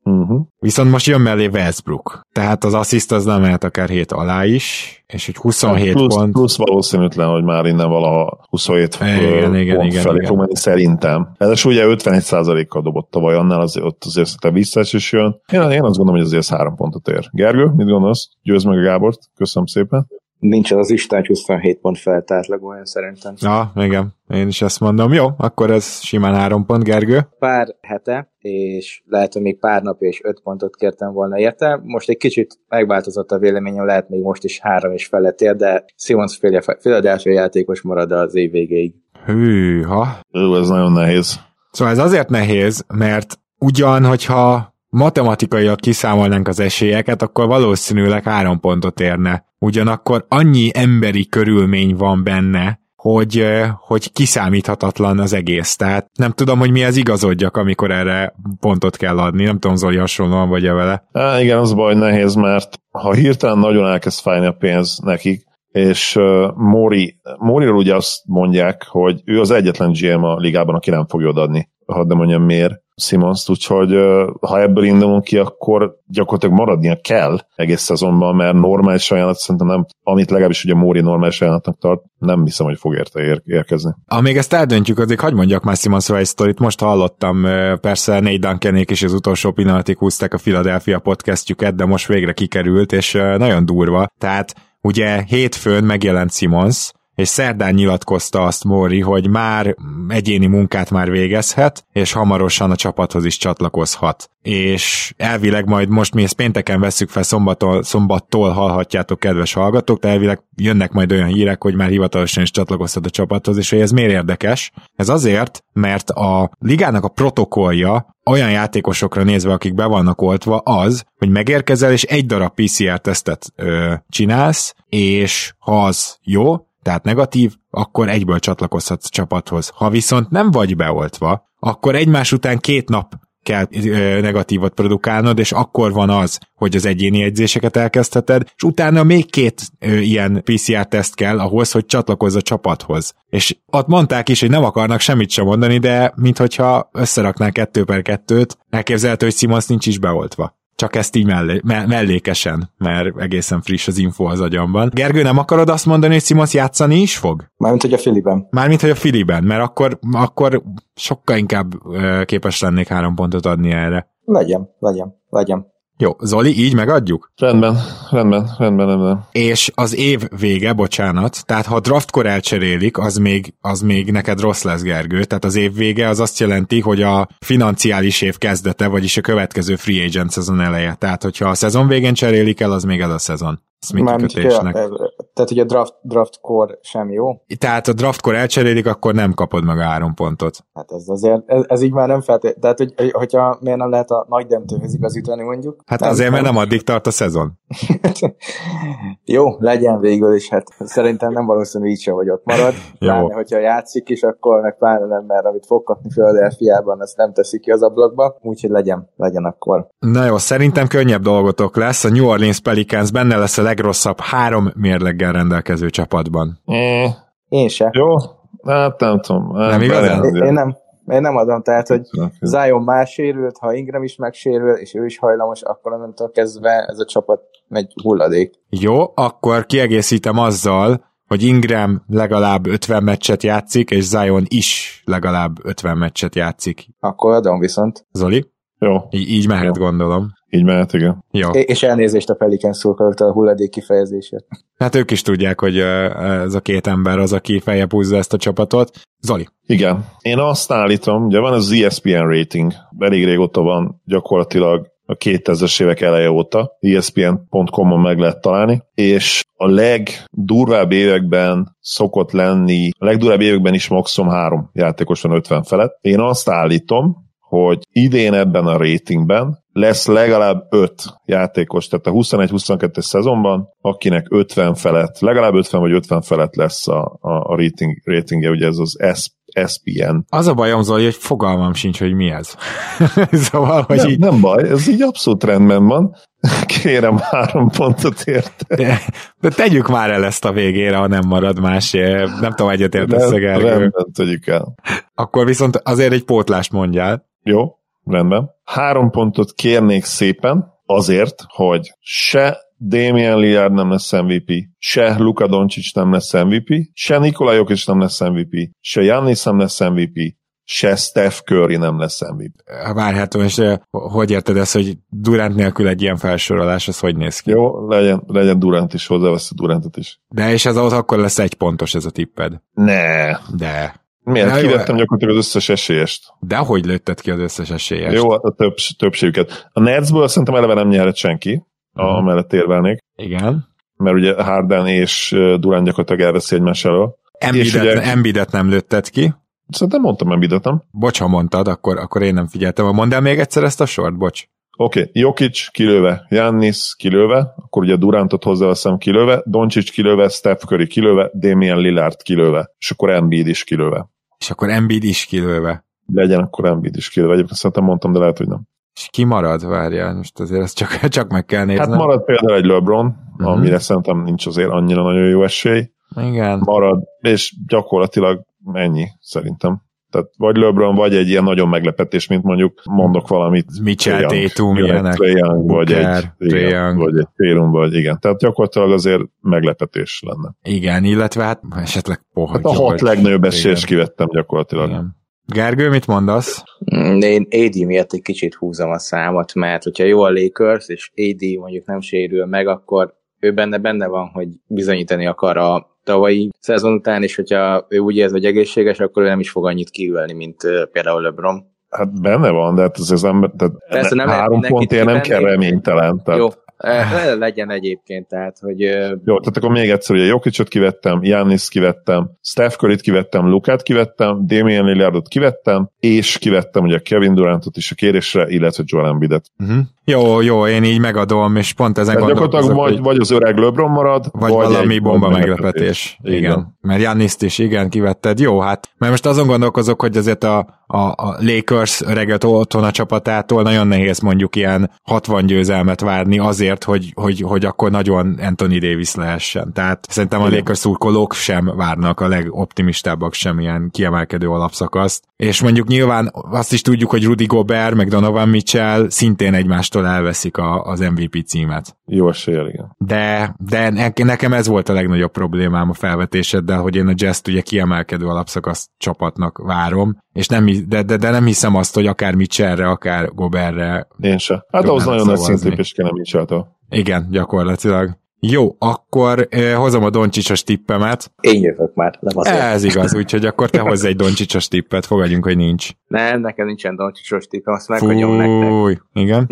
Uh-huh. Viszont most jön mellé Westbrook. Tehát az assziszt az nem mehet akár hét alá is, és hogy huszonhét plusz, pont. Plusz valószínűtlen, hogy már innen valaha huszonhét igen, igen, pont igen, felé igen. fog menni, szerintem. Ez ugye ötvenegy százalékkal dobott tavaly, annál azért, ott azért szerintem visszaesés jön. Én, én azt gondolom, hogy azért ez három pontot ér. Gergő, mit gondolsz? Győzd meg a Gábort. Köszönöm szépen. Nincs az az Isten, hogy huszonhét pont felett átlagoljon szerintem. Ja, igen, én is ezt mondom. Jó, akkor ez simán három pont, Gergő. Pár hete, és lehet, hogy még pár napja és öt pontot kértem volna érte. Most egy kicsit megváltozott a véleményem, lehet még most is három és felett ér, de Simmons Philadelphia játékos marad az év végéig. Hűha. Ő, ez nagyon nehéz. Szóval ez azért nehéz, mert ugyan, hogyha matematikailag kiszámolnánk az esélyeket, akkor valószínűleg három pontot érne. Ugyanakkor annyi emberi körülmény van benne, hogy, hogy kiszámíthatatlan az egész. Tehát nem tudom, hogy mihez igazodjak, amikor erre pontot kell adni. Nem tudom, Zoli, hasonlóan vagy-e vele? Há, igen, az baj, nehéz, mert ha hirtelen nagyon elkezd fájni a pénz nekik, és uh, Mori, Moriról ugye azt mondják, hogy ő az egyetlen gé em a ligában, aki nem fogja odaadni, hadd nem mondjam miért, Simmons-t, úgyhogy uh, ha ebből indulunk ki, akkor gyakorlatilag maradnia kell egész szezonban, mert normális ajánlat szerintem nem, amit legalábbis ugye Mori normális ajánlatnak tart, nem hiszem, hogy fog érte ér- érkezni. Amíg ezt eldöntjük, addig hagyd mondjak már Simmonsról egy sztorit. Most hallottam, persze Nate Duncanék is az utolsó pillanatig húzták a Philadelphia podcastjüket, de most végre kikerült, és nagyon durva. Tehát ugye hétfőn megjelent Simmons, és szerdán nyilatkozta azt Mori, hogy már egyéni munkát már végezhet, és hamarosan a csapathoz is csatlakozhat. És elvileg majd most mi ezt pénteken vesszük fel, szombattól, szombattól hallhatjátok, kedves hallgatók, de elvileg jönnek majd olyan hírek, hogy már hivatalosan is csatlakozhat a csapathoz, és hogy ez miért érdekes? Ez azért, mert a ligának a protokollja olyan játékosokra nézve, akik be vannak oltva, az, hogy megérkezel, és egy darab pé cé er-tesztet ö, csinálsz, és ha az jó, tehát negatív, akkor egyből csatlakozhatsz a csapathoz. Ha viszont nem vagy beoltva, akkor egymás után két nap kell ö, negatívot produkálnod, és akkor van az, hogy az egyéni edzéseket elkezdheted, és utána még két ö, ilyen pé cé er-teszt kell ahhoz, hogy csatlakozz a csapathoz. És ott mondták is, hogy nem akarnak semmit sem mondani, de minthogyha összeraknák kettő per kettőt, elképzelhető, hogy Simmons nincs is beoltva. Csak ezt így mellé, me- mellékesen, mert egészen friss az info az agyamban. Gergő, nem akarod azt mondani, hogy Simmons játszani is fog? Mármint, hogy a Filiben. Mármint, hogy a Filiben, mert akkor, akkor sokkal inkább ö, képes lennék három pontot adni erre. Legyen, legyen, legyen. Jó, Zoli, így megadjuk? Rendben, rendben, rendben, rendben. És az év vége, bocsánat, tehát ha draftkor elcserélik, az még, az még neked rossz lesz, Gergő, tehát az év vége az azt jelenti, hogy a financiális év kezdete, vagyis a következő free agent szezon eleje. Tehát, hogyha a szezon végén cserélik el, az még ez a szezon. Ez még Mármint, kikötésnek. hogy a, tehát, hogy a draft, draftkor sem jó. Tehát a draftkor elcserélik, akkor nem kapod meg a három pontot. Hát ez azért, ez, ez így már nem feltétlenül. Tehát, hogy, hogyha miért nem lehet a nagy döntőhöz igazítani, mondjuk. Hát nem, azért, nem. mert nem addig tart a szezon. Jó, legyen végül is, hát szerintem nem valószínű így sem, hogy ott marad. Pláne, hogyha játszik is, akkor meg pláne nem, mert amit fog kapni Philadelphiában, ezt nem teszik ki az ablakba, úgyhogy legyen, legyen akkor. Na jó, szerintem könnyebb dolgotok lesz. A New Orleans Pelicans benne lesz a legrosszabb három mérleggel rendelkező csapatban. Mm. Én se. Jó, hát nem tudom. Nem igazán? Én, én nem. Én nem adom, tehát, hogy Zion már sérült, ha Ingram is megsérül, és ő is hajlamos, akkor onnantól kezdve ez a csapat megy hulladék. Jó, akkor kiegészítem azzal, hogy Ingram legalább ötven meccset játszik, és Zion is legalább ötven meccset játszik. Akkor adom viszont. Zoli? Jó. Í- így mehet, Jó. Gondolom. Így mehet, igen. Jó. É- és elnézést a Pelicans szurkolóktól a hulladék kifejezését. Hát ők is tudják, hogy ez a két ember az, aki feljebb húzza ezt a csapatot. Zoli. Igen. Én azt állítom, ugye van az E S P N rating, elég régóta van, gyakorlatilag a kétezres évek eleje óta, E S P N pont com-on meg lehet találni, és a legdurvább években szokott lenni, a legdurvább években is maximum három játékos van ötven felett. Én azt állítom, hogy idén ebben a ratingben lesz legalább öt játékos, tehát a huszonegy huszonkettes szezonban, akinek ötven felett, legalább ötven vagy ötven felett lesz a, a, a rating, ratingje, ugye ez az S P N. Az a bajom, Zoli, hogy fogalmam sincs, hogy mi ez. Szóval, hogy nem, így... nem baj, ez így abszolút rendben van. Kérem, három pontot érte. De, de tegyük már el ezt a végére, ha nem marad más. Nem tudom, egyetértesz, Gergő. Rendben, tegyük el. Akkor viszont azért egy pótlást mondjál. Jó. Rendben. Három pontot kérnék szépen azért, hogy se Damian Lillard nem lesz em vé pé, se Luka Doncic nem lesz em vé pé, se Nikola Jokic nem lesz em vé pé, se Giannis nem lesz em vé pé, se Steph Curry nem lesz em vé pé. Várhatom, és hogy érted ezt, hogy Durant nélkül egy ilyen felsorolás, az hogy néz ki? Jó, legyen, legyen Durant is, hozzávesz a Durantot is. De és ez az akkor lesz egy pontos ez a tipped. Ne. De. Miért? Na, kivettem jó, gyakorlatilag az összes esélyest. De hogy lőtted ki az összes esélyest? Jó, a többs, többségüket. A Netsből szerintem eleve nem nyerhet senki, uh-huh. amellett érvelnék. Igen. Mert ugye Harden és Durant gyakorlatilag elveszi egymás elől. Embiidet, ugye... Embiidet nem lőtted ki. Szerintem mondtam Embiidet, nem? Bocs, ha mondtad, akkor, akkor én nem figyeltem. Mondd el még egyszer ezt a sort, bocs. Oké, okay. Jokic kilőve, Giannis kilőve, akkor ugye Durantot hozzáveszem kilőve, Doncic kilőve, Steph Curry kilőve, Damian Lillard kilőve, és akkor Embiid is kilőve. És akkor Embiid is kilőve. Legyen akkor Embiid is kilőve. Egyébként szerintem mondtam, de lehet, hogy nem. És ki marad? Várjál, most azért ezt csak, csak meg kell nézni. Hát marad például egy LeBron, uh-huh. amire szerintem nincs azért annyira nagyon jó esély. Igen. Marad, és gyakorlatilag ennyi, szerintem. Tehát vagy LeBron, vagy egy ilyen nagyon meglepetés, mint mondjuk mondok valamit. Mitchell, Tatum, ilyenek. Trae Young, vagy egy igen, vagy egy Tatum, vagy igen. Tehát gyakorlatilag azért meglepetés lenne. Igen, illetve hát esetleg poha. Hát a hat legnagyobb esélyes kivettem gyakorlatilag. Igen. Gergő, mit mondasz? Én á dé miatt egy kicsit húzom a számot, mert hogyha jó a Lakers, és á dé mondjuk nem sérül meg, akkor ő benne benne van, hogy bizonyítani akar a tavalyi szezon után, és hogyha ő úgy érzi, hogy egészséges, akkor ő nem is fog annyit kiülni, mint uh, például LeBron. Hát benne van, de hát ez az ember, tehát persze, nem három pontért nem kell reménytelen. Tehát... Jó, legyen egyébként, tehát, hogy... Jó, tehát akkor még egyszer, ugye Jokicot kivettem, Giannis kivettem, Steph Curryt kivettem, Lukát kivettem, Damian Lillardot kivettem, és kivettem ugye Kevin Durantot is a kérésre, illetve Joel Embiidet. Uh-huh. Jó, jó, én így megadom, és pont ezen tehát gondolkozok, vagy, hogy... vagy az öreg LeBron marad, vagy, vagy valami bomba meglepetés. Igen. igen. Mert Giannist is igen kivetted. Jó, hát, mert most azon gondolkozok, hogy azért a, a, a Lakers öreget otthon a csapatától nagyon nehéz mondjuk ilyen hatvan győzelmet várni azért, hogy, hogy, hogy akkor nagyon Anthony Davis lehessen. Tehát szerintem a Lakers szurkolók sem várnak, a legoptimistábbak sem ilyen kiemelkedő alapszakaszt. És mondjuk nyilván azt is tudjuk, hogy Rudy Gobert, meg Donovan Mitchell szintén egymástól elveszik a, az em vé pé címet. Jó eséllyel, igen. De, de nekem ez volt a legnagyobb problémám a felvetéseddel, hogy én a Jazz-t ugye kiemelkedő alapszakasz csapatnak várom, és nem, de, de, de nem hiszem azt, hogy akár Mitchellre, akár Gobertre. Én se. Hát ahhoz nagyon nagy szintépés kellene Mitchelltől. Igen, gyakorlatilag. Jó, akkor eh, hozom a Doncsicsos tippemet. Én jövök már, nem azért. Ez igaz, úgyhogy akkor te hozz egy Doncsicsos tippet, fogadjunk, hogy nincs. Nem, nekem nincsen Doncsicsos tippem, azt meghagyom nektek. Fúj, igen.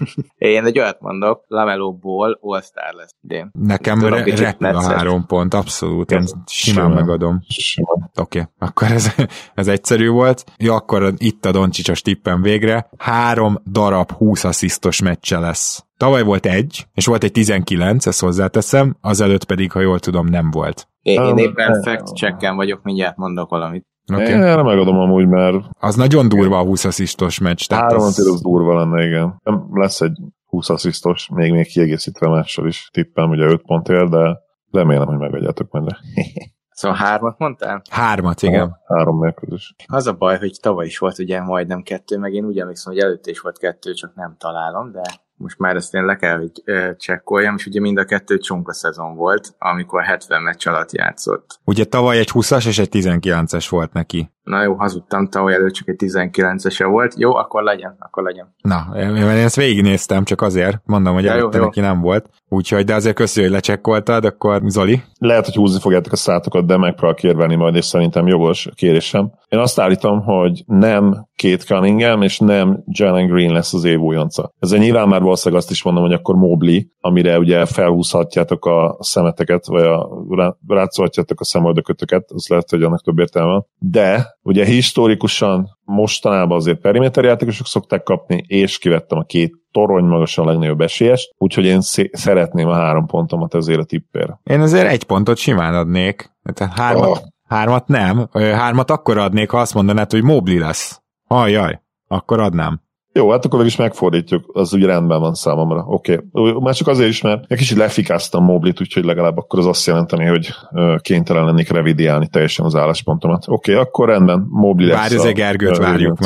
Én egy olyat mondok, Lamelo-ból All-Star lesz idén. Nekem re- repül a három pont, abszolút, én simán megadom. Oké, okay, akkor ez, ez egyszerű volt. Jó, akkor itt a Doncsicsos tippem végre. Három darab húsz asszisztos meccse lesz. Tavaly volt egy, és volt egy tizenkilenc, ezt hozzáteszem, azelőtt pedig, ha jól tudom, nem volt. Én, én éppen fact-checken vagyok, mindjárt mondok valamit. Okay. Én erre megadom amúgy, mert... Az nagyon durva a húsz asszisztos meccs. Három az... az durva lenne, igen. Lesz egy húsz asszisztos, még még kiegészítve mással is tippem, ugye öt pontért, de remélem, hogy megadjátok majd. Szóval hármat mondtál? Hármat, igen. Ha, három mérkőzés. Az a baj, hogy tavaly is volt ugye majdnem kettő, meg én úgy emlékszem, hogy előtte is volt kettő, csak nem találom, de most már ezt én le kell, hogy ö, csekkoljam, és ugye mind a kettő csonka szezon volt, amikor hetven meccs alatt játszott. Ugye tavaly egy húszas és egy tizenkilences volt neki. Na jó, hazudtam, tavaly előtt csak egy tizenkilencese volt. Jó, akkor legyen, akkor legyen. Na, én ezt végignéztem, csak azért, mondom, hogy előtte neki nem volt. Úgyhogy, de azért köszi, hogy lecsekkoltad, akkor Zoli? Lehet, hogy húzni fogjátok a szátokat, de megpróbálok érvelni majd, és szerintem jogos kérésem. Én azt állítom, hogy nem Kate Cunningham, és nem Jalen Green lesz az év újonca. Ezzel nyilván már valószínűleg azt is mondom, hogy akkor Mobley, amire ugye felhúzhatjátok a szemeteket, vagy a, rátszolhatjátok a szemöldökötöket, az lehet, hogy annak több értelme van. De ugye historikusan mostanában azért periméterjátékosok szokták kapni, és kivettem a két torony magasan a legnagyobb esélyest, úgyhogy én szé- szeretném a három pontomat ezért a tippért. Én azért egy pontot simán adnék. Tehát hármat, oh. hármat nem. Hármat akkor adnék, ha azt mondanád, hogy Mobley lesz. Ajjaj, akkor adnám. Jó, hát akkor is megfordítjuk, az úgy rendben van számomra. Oké, okay. Már csak azért is, mert egy kicsit lefikáztam Mobleyt, úgyhogy legalább akkor az azt jelenteni, hogy kénytelen lennék revidiálni teljesen az álláspontomat. Oké, okay, akkor rendben, Mobley lesz. Várj, azért Gergőt várjuk meg.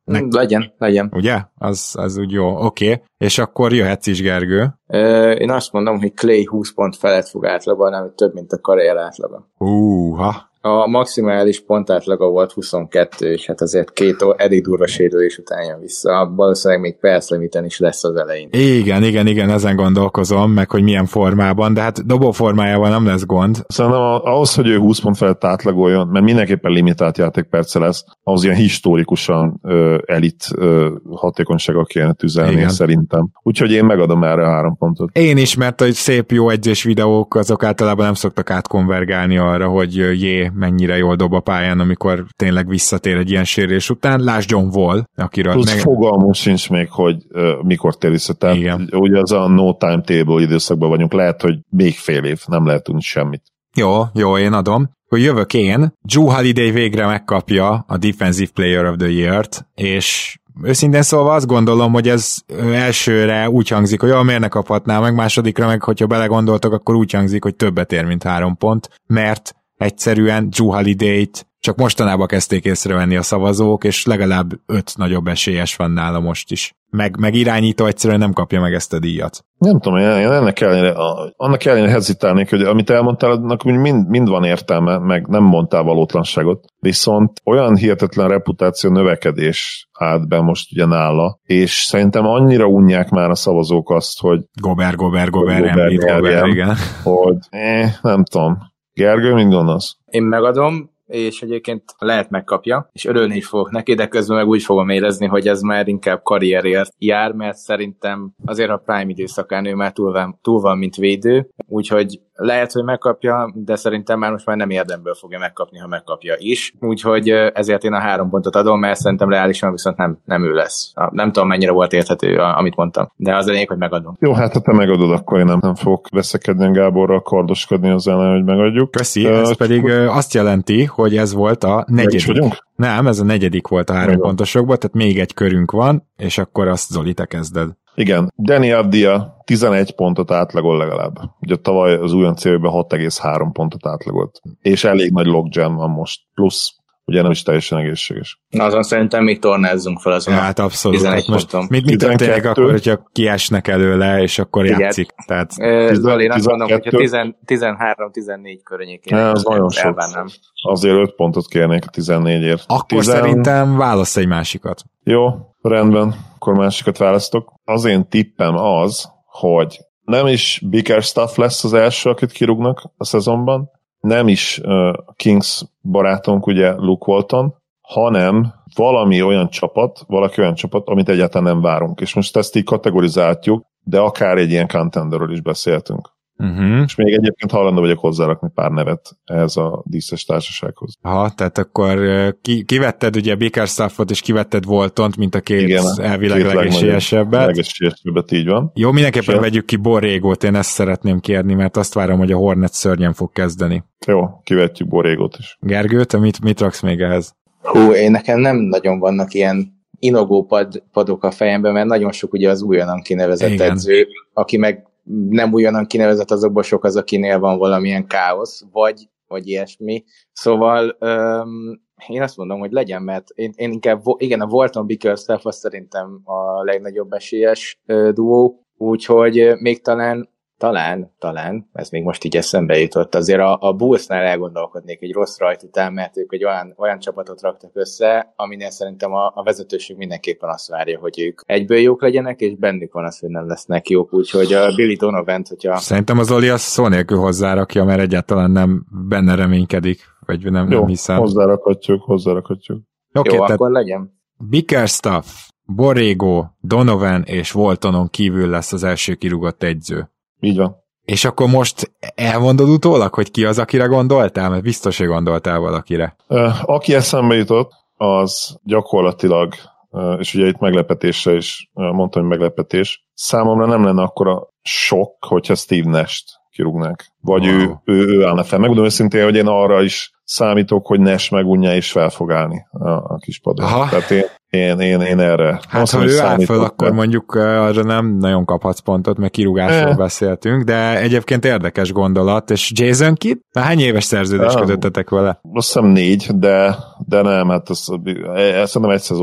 Ne... Legyen, legyen. Ugye? Az, az úgy jó. Oké. Okay. És akkor jöhetsz is, Gergő. Ö, én azt mondom, hogy Clay húsz pont felett fog átlagalni, ami több, mint a karrier átlaga. Húha. A maximális pontátlaga volt huszonkettő, és hát azért két eddig durva sérülés után jön vissza. Valószínűleg még perclimiten is lesz az elején. Igen, igen, igen, ezen gondolkozom, meg hogy milyen formában, de hát dobó formájával nem lesz gond. Szerintem ahhoz, hogy ő húsz pont felett átlagoljon, mert mindenképpen limitált játékperce lesz, ahhoz ilyen historikusan ö, elit ö, hatékonysága kéne tüzelni, igen. Szerintem. Úgyhogy én megadom erre a három pontot. Én is, mert a szép jó edzés videók azok általában nem szoktak átkonvergálni arra, hogy jé, mennyire jól dob a pályán, amikor tényleg visszatér egy ilyen sérülés után. Lásd John Wall, akiről... Plusz meg... fogalmunk sincs még, hogy uh, mikor tér vissza. Tehát igen. Ugye az a no time table időszakban vagyunk. Lehet, hogy még fél év, nem lehet tudni semmit. Jó, jó, én adom. Hogy jövök én, Jrue Holiday végre megkapja a Defensive Player of the Year-t, és őszintén szólva azt gondolom, hogy ez elsőre úgy hangzik, hogy miért ne kaphatná meg, másodikra meg, hogyha belegondoltak, akkor úgy hangzik, hogy többet ér, mint három pont, mert egyszerűen Jrue Holiday-t csak mostanában kezdték észrevenni a szavazók, és legalább öt nagyobb esélyes van nála most is. Meg, meg irányító egyszerűen nem kapja meg ezt a díjat. Nem tudom, én ennek ellenére, annak ellenére hezitálnék, hogy amit elmondtál, annak mind, mind van értelme, meg nem mondtál valótlanságot. Viszont olyan hihetetlen reputáció növekedés állt be most ugye nála, és szerintem annyira unják már a szavazók azt, hogy Gober, Gober, Gober, Gober, Gober, igen. Hogy eh, nem tudom. Gergő, mit gondolsz? Én megadom, és egyébként lehet megkapja, és örülni is fogok neki, de közben meg úgy fogom érezni, hogy ez már inkább karrierért jár, mert szerintem azért a Prime időszakán ő már túl van, túl van mint védő, úgyhogy lehet, hogy megkapja, de szerintem már most már nem érdemből fogja megkapni, ha megkapja is. Úgyhogy ezért én a három pontot adom, mert szerintem reálisan viszont nem, nem ő lesz. Nem tudom, mennyire volt érthető, amit mondtam, de az a lényeg, hogy megadom. Jó, hát ha te megadod, akkor én nem, nem fogok veszekedni Gáborral, kardoskodni az ellen, hogy megadjuk. Köszi, ez uh, pedig uh, azt jelenti, hogy ez volt a negyedik. Nem, ez a negyedik volt a három pontosokban, tehát még egy körünk van, és akkor azt Zoli, te kezded. Igen, Danny Avdia tizenegy pontot átlagol legalább. Ugye tavaly az újonc évben hat egész három pontot átlagolt. És elég nagy logjam van most. Plusz, ugye nem is teljesen egészséges. Na azon szerintem még tornázzunk fel azon. Ja, hát abszolút. Hát most mit, mit történik akkor, hogyha kiesnek előle, és akkor igen. Játszik? Tehát... Zoli, én azt mondom, hogyha tizenhárom tizennégy környékén. Az nagyon sok. Azért öt pontot kérnék a tizennégyért. Akkor Tizen... szerintem válasz egy másikat. Jó, rendben. Akkor másikat választok. Az én tippem az, hogy nem is Bickerstaff lesz az első, akit kirúgnak a szezonban, nem is uh, Kings barátunk, ugye Luke Walton, hanem valami olyan csapat, valaki olyan csapat, amit egyáltalán nem várunk. És most ezt így kategorizáljuk, de akár egy ilyen contenderről is beszéltünk. Uh-huh. És még egyébként hajlandó vagyok hozzárakni pár nevet ehhez a díszes társasághoz. Aha, tehát akkor ki, kivetted ugye Bickerstaffot, és kivetted Waltont, mint a két igen, elvileg legesélyesebbet. Legesélyesebbet, így van. Jó, mindenképpen vegyük ki Borrégót, én ezt szeretném kérni, mert azt várom, hogy a Hornet szörnyen fog kezdeni. Jó, kivetjük Borrégót is. Gergő, te mit, mit raksz még ehhez? Hú, én nekem nem nagyon vannak ilyen inogó pad, padok a fejemben, mert nagyon sok ugye az újonnan kinevezett igen. edző, aki meg nem újonnan kinevezett, azokból sok az, akinél van valamilyen káosz, vagy, vagy ilyesmi. Szóval öm, én azt mondom, hogy legyen, mert én, én inkább, igen, a Walton Bickerstaff az szerintem a legnagyobb esélyes ö, duó, úgyhogy még talán Talán, talán, ez még most így eszembe jutott, azért a, a Bullsnál elgondolkodnék egy rossz rajt után, mert ők egy olyan, olyan csapatot raktak össze, aminél szerintem a, a vezetőség mindenképpen azt várja, hogy ők egyből jók legyenek, és bennük van az, hogy nem lesznek jók, úgyhogy a Billy Donovan-t, hogyha... Szerintem az Oli azt szó nélkül hozzárakja, mert egyáltalán nem benne reménykedik, vagy nem, jó, nem hiszem. hozzárakhatjuk, hozzárakhatjuk. Okay, jó, akkor legyen. Bickerstaff, Borrego, Donovan és Waltonon kívül lesz az első kirúgott edző. Így van. És akkor most elmondod utólag, hogy ki az, akire gondoltál? Mert biztos, hogy gondoltál valakire. Aki eszembe jutott, az gyakorlatilag, és ugye itt meglepetésre is mondtam, hogy meglepetés, számomra nem lenne akkora sok, hogyha Steve Nash-t kirúgnák. Vagy wow. ő, ő, ő állna fel. Megmondom őszintén, hogy én arra is számítok, hogy Nash megunja és fel fog állni a, a kis padon. Aha. Tehát én, én, én, én erre... Hát azt ha ő áll föl, akkor mondjuk arra nem nagyon kaphatsz pontot, mert kirúgásról e. beszéltünk, de egyébként érdekes gondolat, és Jason Kidd? Hány éves szerződést kötöttetek vele? Azt hiszem négy, de, de nem, hát az, szerintem egy szezon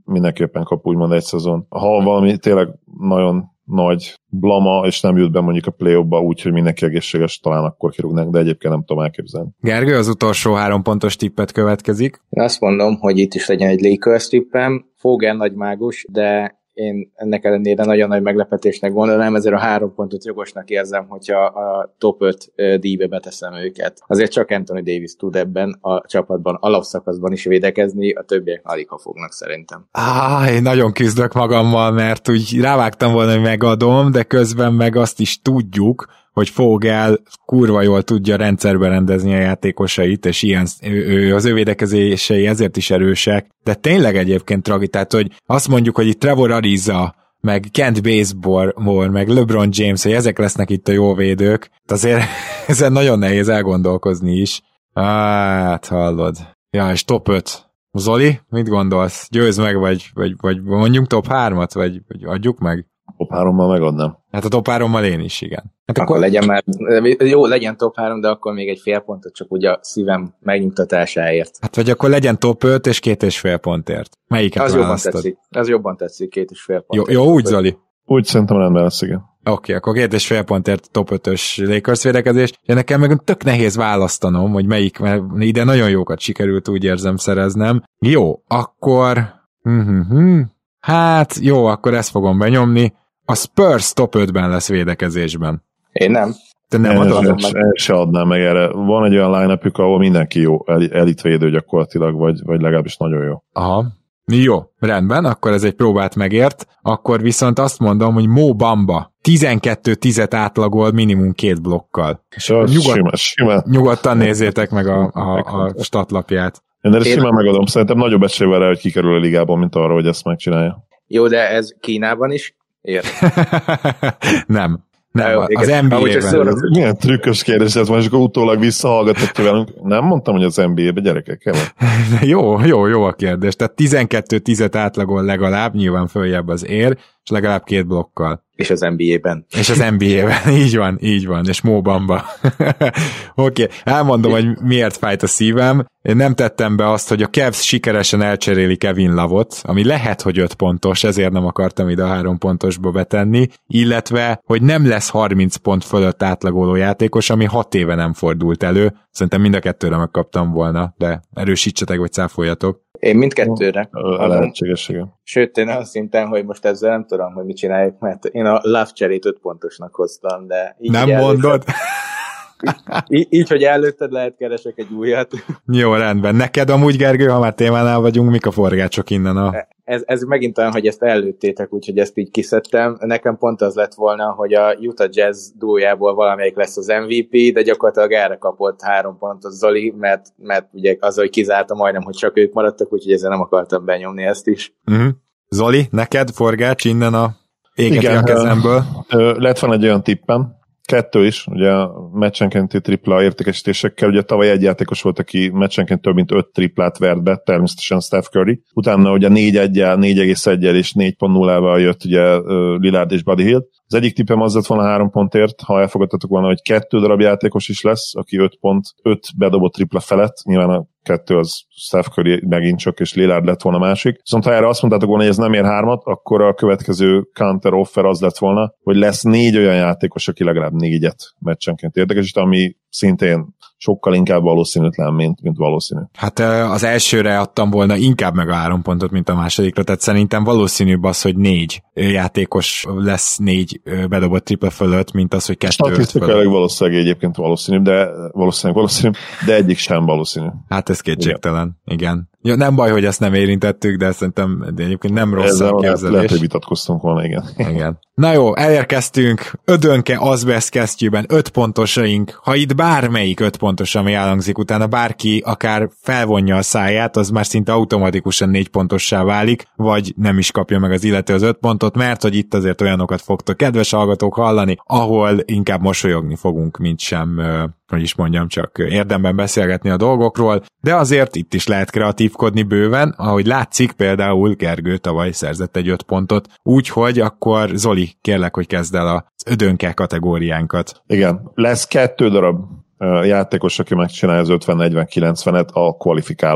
mindenképpen kap úgymond egy szezon. Ha valami tényleg nagyon nagy blama, és nem jut be mondjuk a play-offba úgy, hogy mindenki egészséges, talán akkor kirúgnak, de egyébként nem tudom elképzelni. Gergő, az utolsó három pontos tippet következik. Én azt mondom, hogy itt is legyen egy Lakers tippem. Fogel nagy mágus, de én ennek ellenére nagyon nagy meglepetésnek gondolom, ezért a három pontot jogosnak érzem, hogyha a top öt díjbe beteszem őket. Azért csak Anthony Davis tud ebben a csapatban, alapszakaszban is védekezni, a többiek alig ha fognak szerintem. Á, én nagyon küzdök magammal, mert úgy rávágtam volna, hogy megadom, de közben meg azt is tudjuk, hogy Fogel kurva jól tudja rendszerbe rendezni a játékosait, és ilyen, ő, ő, az ő védekezései ezért is erősek, de tényleg egyébként tragi, tehát hogy azt mondjuk, hogy itt Trevor Ariza, meg Kent Bazemore, meg LeBron James, hogy ezek lesznek itt a jó védők, azért ezen nagyon nehéz elgondolkozni is. Hát, hallod. Ja, és top öt. Zoli, mit gondolsz? Győzd meg, vagy, vagy, vagy mondjunk top hármat, vagy, vagy adjuk meg? Top hárommal megadnám. Hát a top hárommal én is, igen. Hát akkor, akkor legyen már, jó, legyen top három, de akkor még egy fél pontot csak ugye a szívem megnyugtatásáért. Hát vagy akkor legyen top öt és két és fél pontért. Melyiket az választod? Jobban tetszik, az jobban tetszik, két és fél pont. Jó, jó úgy, Zoli? Úgy szerintem rendben lesz, igen. Oké, okay, akkor két és fél pontért top ötös Lakers védekezés. Ja, nekem meg tök nehéz választanom, hogy melyik, mert ide nagyon jókat sikerült, úgy érzem, szereznem. Jó, akkor... Uh-huh. Hát, jó, akkor ezt fogom benyomni. A Spurs top ötben lesz védekezésben. Én nem. Te nem adod meg? El se adnám meg erre. Van egy olyan line-upjuk, ahol mindenki jó, elitvédő gyakorlatilag, vagy, vagy legalábbis nagyon jó. Aha. Jó, rendben, akkor ez egy próbát megért. Akkor viszont azt mondom, hogy Mo Bamba tizenkettő tízet átlagol minimum két blokkal. Nyugod... Simán, simán. Nyugodtan nézzétek meg a, a, a statlapját. Én erre simán megadom. Szerintem nagyobb esély van rá, hogy kikerül a ligából, mint arra, hogy ezt megcsinálja. Jó, de ez Kínában is ér? nem. Nem, az en bé á-ben. Milyen trükkös kérdés ez van, és akkor utólag visszahallgathatja velünk. Nem mondtam, hogy az en bé á-be gyerekek kell. jó, jó, jó a kérdés. Tehát tizenkettő tízet átlagol legalább, nyilván följebb az ér, és legalább két blokkal. És az en bé á-ben. És az en bé á-ben, így van, így van, és Mo Bamba. Oké, okay. Elmondom, hogy miért fájt a szívem. Én nem tettem be azt, hogy a Cavs sikeresen elcseréli Kevin Love-ot, ami lehet, hogy öt pontos, ezért nem akartam ide a három pontosba betenni, illetve, hogy nem lesz harminc pont fölött átlagoló játékos, ami hat éve nem fordult elő. Szerintem mind a kettőre megkaptam volna, de erősítsetek, vagy cáfoljatok. Én mindkettőre. A lehetségességem. Sőt, én azt szinten, hogy most ezzel nem tudom, hogy mit csináljuk, mert én a Love cserét öt pontosnak hoztam, de... Így nem mondod? így, így, hogy előtted lehet keresek egy újat. Jó, rendben. Neked amúgy, Gergő, ha már témánál vagyunk, mik a forgácsok innen a... Ez, ez megint olyan, hogy ezt előttétek, úgyhogy ezt így kiszedtem. Nekem pont az lett volna, hogy a Utah Jazz duójából valamelyik lesz az em vé pé, de gyakorlatilag erre kapott három pontot Zoli, mert, mert ugye az, hogy kizárta majdnem, hogy csak ők maradtak, úgyhogy ezzel nem akartam benyomni ezt is. Uh-huh. Zoli, neked forgács innen a égeti a kezemből? Lett van egy olyan tippem, kettő is, ugye a meccsenkénti tripla értékesítésekkel, ugye tavaly egy játékos volt, aki meccsenként több mint öt triplát vert be, természetesen Steph Curry. Utána ugye négy egyel, négy egész egyel és négy pont nullával jött ugye Lillard és Buddy Hield. Az egyik tippem az lett volna három pontért, ha elfogadtatok volna, hogy kettő darab játékos is lesz, aki öt pont, öt bedobott tripla felett, nyilván a kettő az Steph Curry megint csak, és Lillard lett volna másik. Viszont ha erre azt mondtátok volna, hogy ez nem ér hármat, akkor a következő counter offer az lett volna, hogy lesz négy olyan játékos, aki legalább négyet meccsenként érdekes, ami szintén sokkal inkább valószínűtlen, mint, mint valószínű. Hát az elsőre adtam volna inkább meg a három pontot, mint a másodikra, tehát szerintem valószínűbb az, hogy négy játékos lesz négy bedobott tripla fölött, mint az, hogy kettő statisztikailag valószínűleg egyébként valószínűbb, de valószínűleg valószínűbb, de egyik sem valószínű. Hát ez kétségtelen, igen. igen. Ja, nem baj, hogy ezt nem érintettük, de szerintem de egyébként nem rossz a képzelés. Lehet, hogy vitatkoztunk volna, igen. igen. Na jó, elérkeztünk Ödönke Azbest kesztyűben, öt pontosaink. Ha itt bármelyik öt pontos, ami elhangzik, utána bárki akár felvonja a száját, az már szinte automatikusan négy pontossá válik, vagy nem is kapja meg az illető az öt pontot, mert hogy itt azért olyanokat fogtok, kedves hallgatók, hallani, ahol inkább mosolyogni fogunk, mint sem, hogy is mondjam, csak érdemben beszélgetni a dolgokról, de azért itt is lehet kreatívkodni bőven, ahogy látszik, például Gergő tavaly szerzett egy öt pontot, úgyhogy akkor Zoli, kérlek, hogy kezd el az Ödönke kategóriánkat. Igen, lesz kettő darab játékos, aki megcsinálja az ötven negyven kilencvenet a kvalifikáló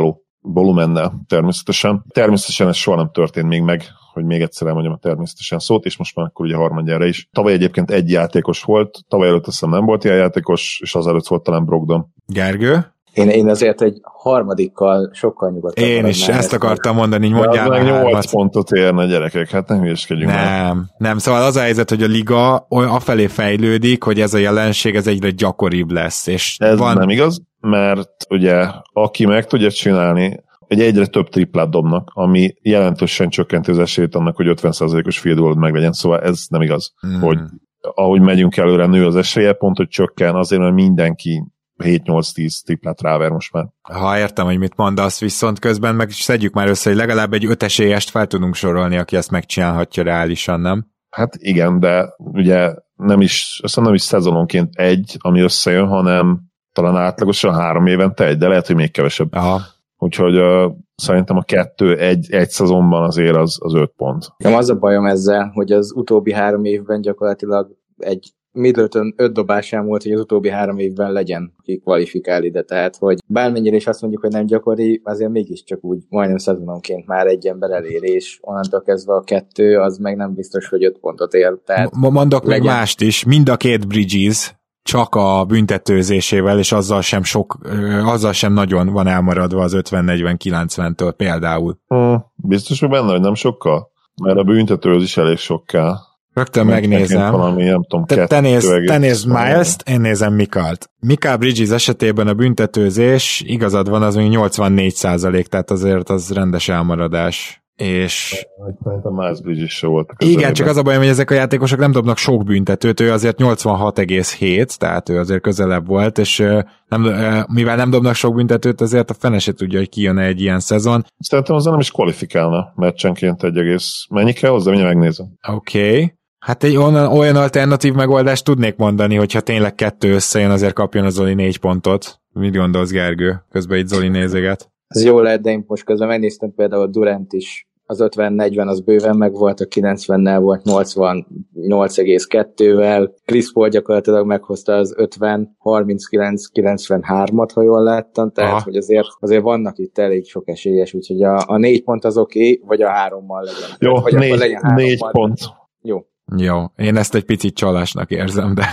volumennel természetesen. Természetesen ez soha nem történt még meg, hogy még egyszer elmondjam a természetesen szót, és most már akkor ugye harmadjára is. Tavaly egyébként egy játékos volt, tavaly előtt azt hiszem nem volt ilyen játékos, és azelőtt volt talán Brogdon. Gergő? Én, én azért egy harmadikkal sokkal nyugodtabb. Én is ezt akartam mondani, hogy mondjál meg nyolc pontot érne, gyerekek, hát nem hülyeskedjünk. Nem, már. nem, szóval az a helyzet, hogy a liga afelé fejlődik, hogy ez a jelenség ez egyre gyakoribb lesz. És ez van... nem igaz, mert ugye aki meg tudja csinálni, egy egyre több triplát dobnak, ami jelentősen csökkenti az esélyt annak, hogy ötven százalékos field goal meg legyen, szóval ez nem igaz, hmm. hogy ahogy megyünk előre, nő az esélye, pont, hogy csökken azért, mert mindenki hét nyolc tíz triplát ráver most már. Ha értem, hogy mit mondasz, viszont közben meg szedjük már össze, hogy legalább egy öt esélyest fel tudunk sorolni, aki ezt megcsinálhatja reálisan, nem? Hát igen, de ugye nem is, azt nem is szezononként egy, ami összejön, hanem talán átlagosan három évente egy, de lehet, hogy még kevesebb. Aha. Úgyhogy uh, szerintem a kettő egy, egy szezonban azért az, az öt pont. Nem az a bajom ezzel, hogy az utóbbi három évben gyakorlatilag egy Middleton öt dobásán volt, hogy az utóbbi három évben legyen, ki kvalifikál ide, tehát hogy bármennyire is azt mondjuk, hogy nem gyakori, azért mégiscsak úgy majdnem szezononként már egy ember elér, és onnantól kezdve a kettő, az meg nem biztos, hogy öt pontot ér. Tehát mondok legyen. Meg mást is, mind a két Bridges csak a büntetőzésével, és azzal sem sok, azzal sem nagyon van elmaradva az ötven negyven kilencventől például. Hmm, biztos, hogy benne, hogy nem sokkal? Mert a büntetőz is elég sokkal. Rögtön megnézem. Valami, nem tudom, te, te nézd, te nézd Miles-t, én nézem Mikalt. Mikal Bridges esetében a büntetőzés, igazad van, az még nyolcvannégy százalék, tehát azért az rendes elmaradás. És... Szerintem Miles Bridges se volt. Igen, csak az a bajom, hogy ezek a játékosok nem dobnak sok büntetőt, ő azért nyolcvanhat egész hét, tehát ő azért közelebb volt, és nem, mivel nem dobnak sok büntetőt, azért a fene se tudja, hogy kijön egy ilyen szezon. Szerintem azzal nem is kvalifikálna meccsenként egy egész. Mennyi kell hozzá, mindjárt megnézem. Oké. Okay. Hát egy olyan, olyan alternatív megoldást tudnék mondani, hogyha tényleg kettő összejön, azért kapjon a Zoli négy pontot. Mit gondolsz, Gergő? Közben itt Zoli nézeget. Ez jó lehet, de én most közben megnéztem például a Durant is. Az ötven negyven az bőven meg volt, a kilencvennel volt nyolcvannyolc egész kettővel. Chris Paul gyakorlatilag meghozta az ötven harminckilenc kilencvenhármat, ha jól láttam, tehát Aha. hogy azért, azért vannak itt elég sok esélyes, úgyhogy a, a négy pont az oké, okay, vagy a hárommal legyen. Jó, vagy négy, legyen négy pont. Jó. Jó, én ezt egy picit csalásnak érzem, de...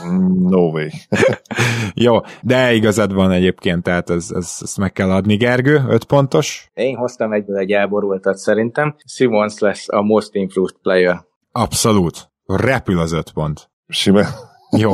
No way. Jó, de igazad van egyébként, tehát ez, ez, ezt meg kell adni. Gergő, öt pontos? Én hoztam egyből egy elborultat szerintem. Simmons lesz a most improved player. Abszolút. Repül az öt pont. Simán. Jó.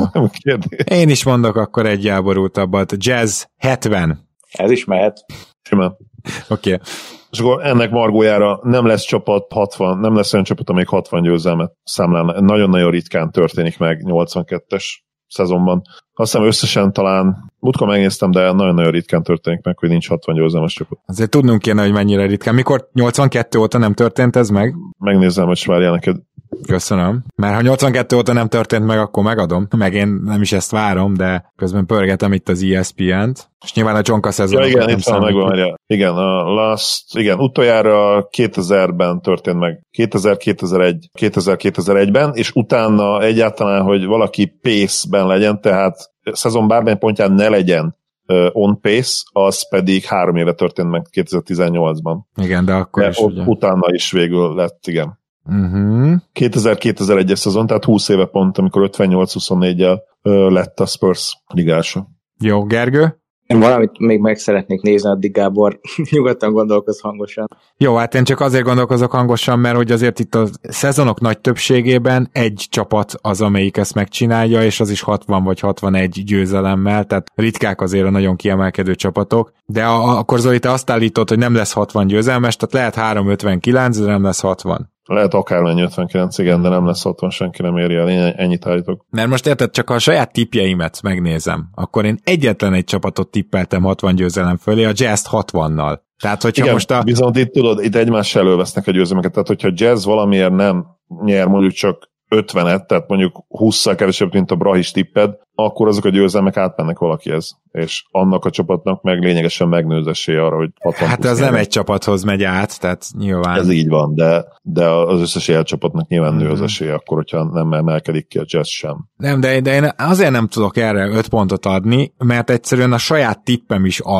Én is mondok akkor egy elborultabbat. Jazz hetven. Ez is mehet. Simán. Oké. Okay. És akkor ennek margójára nem lesz csapat hatvan, nem lesz olyan csapat, amelyik hatvan győzelmet számlálna. Nagyon-nagyon ritkán történik meg nyolcvankettes szezonban. Azt hiszem összesen talán, múltkor megnéztem, de nagyon-nagyon ritkán történik meg, hogy nincs hatvan győzelmes csapat. Azért tudnunk kéne, hogy mennyire ritkán. Mikor nyolcvankettő óta nem történt ez meg? Megnézem, hogy várjál neked. Köszönöm. Mert ha nyolcvankettő óta nem történt meg, akkor megadom. Meg én nem is ezt várom, de közben pörgetem itt az E S P N-t. És nyilván a Csonka szezon. Ja, igen, itt van, megvan, igen, a last, igen, utoljára kétezerben történt meg. kétezer kétezer-egy, kétezer kétezer-egyben, és utána egyáltalán, hogy valaki pace-ben legyen, tehát szezon bármilyen pontján ne legyen uh, on pace, az pedig három éve történt meg kétezer-tizennyolcban. Igen, de akkor de is ott utána is végül lett, igen. Uh-huh. kétezer kétezer-egyes szezon, tehát húsz éve pont, amikor ötvennyolc huszonnégyel uh, lett a Spurs ligása. Jó, Gergő? Én valamit még meg szeretnék nézni, addig Gábor nyugodtan gondolkoz hangosan. Jó, hát én csak azért gondolkozok hangosan, mert hogy azért itt a szezonok nagy többségében egy csapat az, amelyik ezt megcsinálja, és az is hatvan vagy hatvanegy győzelemmel, tehát ritkák azért a nagyon kiemelkedő csapatok, de a, akkor Zoli, te azt állítod, hogy nem lesz hatvan győzelmes, tehát lehet háromszázötvenkilenc, de nem lesz hatvan. Lehet akármennyi ötvenkilenc, igen, de nem lesz hatvan, senki nem éri el, én ennyit állítok. Mert most érted, csak ha a saját tippjeimet megnézem, akkor én egyetlen egy csapatot tippeltem hatvan győzelem fölé, a Jazz-t hatvannal. Tehát, hogyha igen, most a... viszont itt tudod, itt egymással elővesznek a győzelmeket, tehát hogyha Jazz valamiért nem nyer mondjuk csak ötvenet, tehát mondjuk hússzal kevesebb, mint a Brahis tipped, akkor azok a győzelmek átmennek valakihez, és annak a csapatnak meg lényegesen megnő az esélye arra, hogy hatvan. Hát ez nem egy csapathoz megy át, tehát nyilván. Ez így van, de, de az összes ilyen csapatnak nyilván nő az esélye, akkor, hogyha nem emelkedik ki a Jazz sem. Nem, de, de én azért nem tudok erre öt pontot adni, mert egyszerűen a saját tippem is az,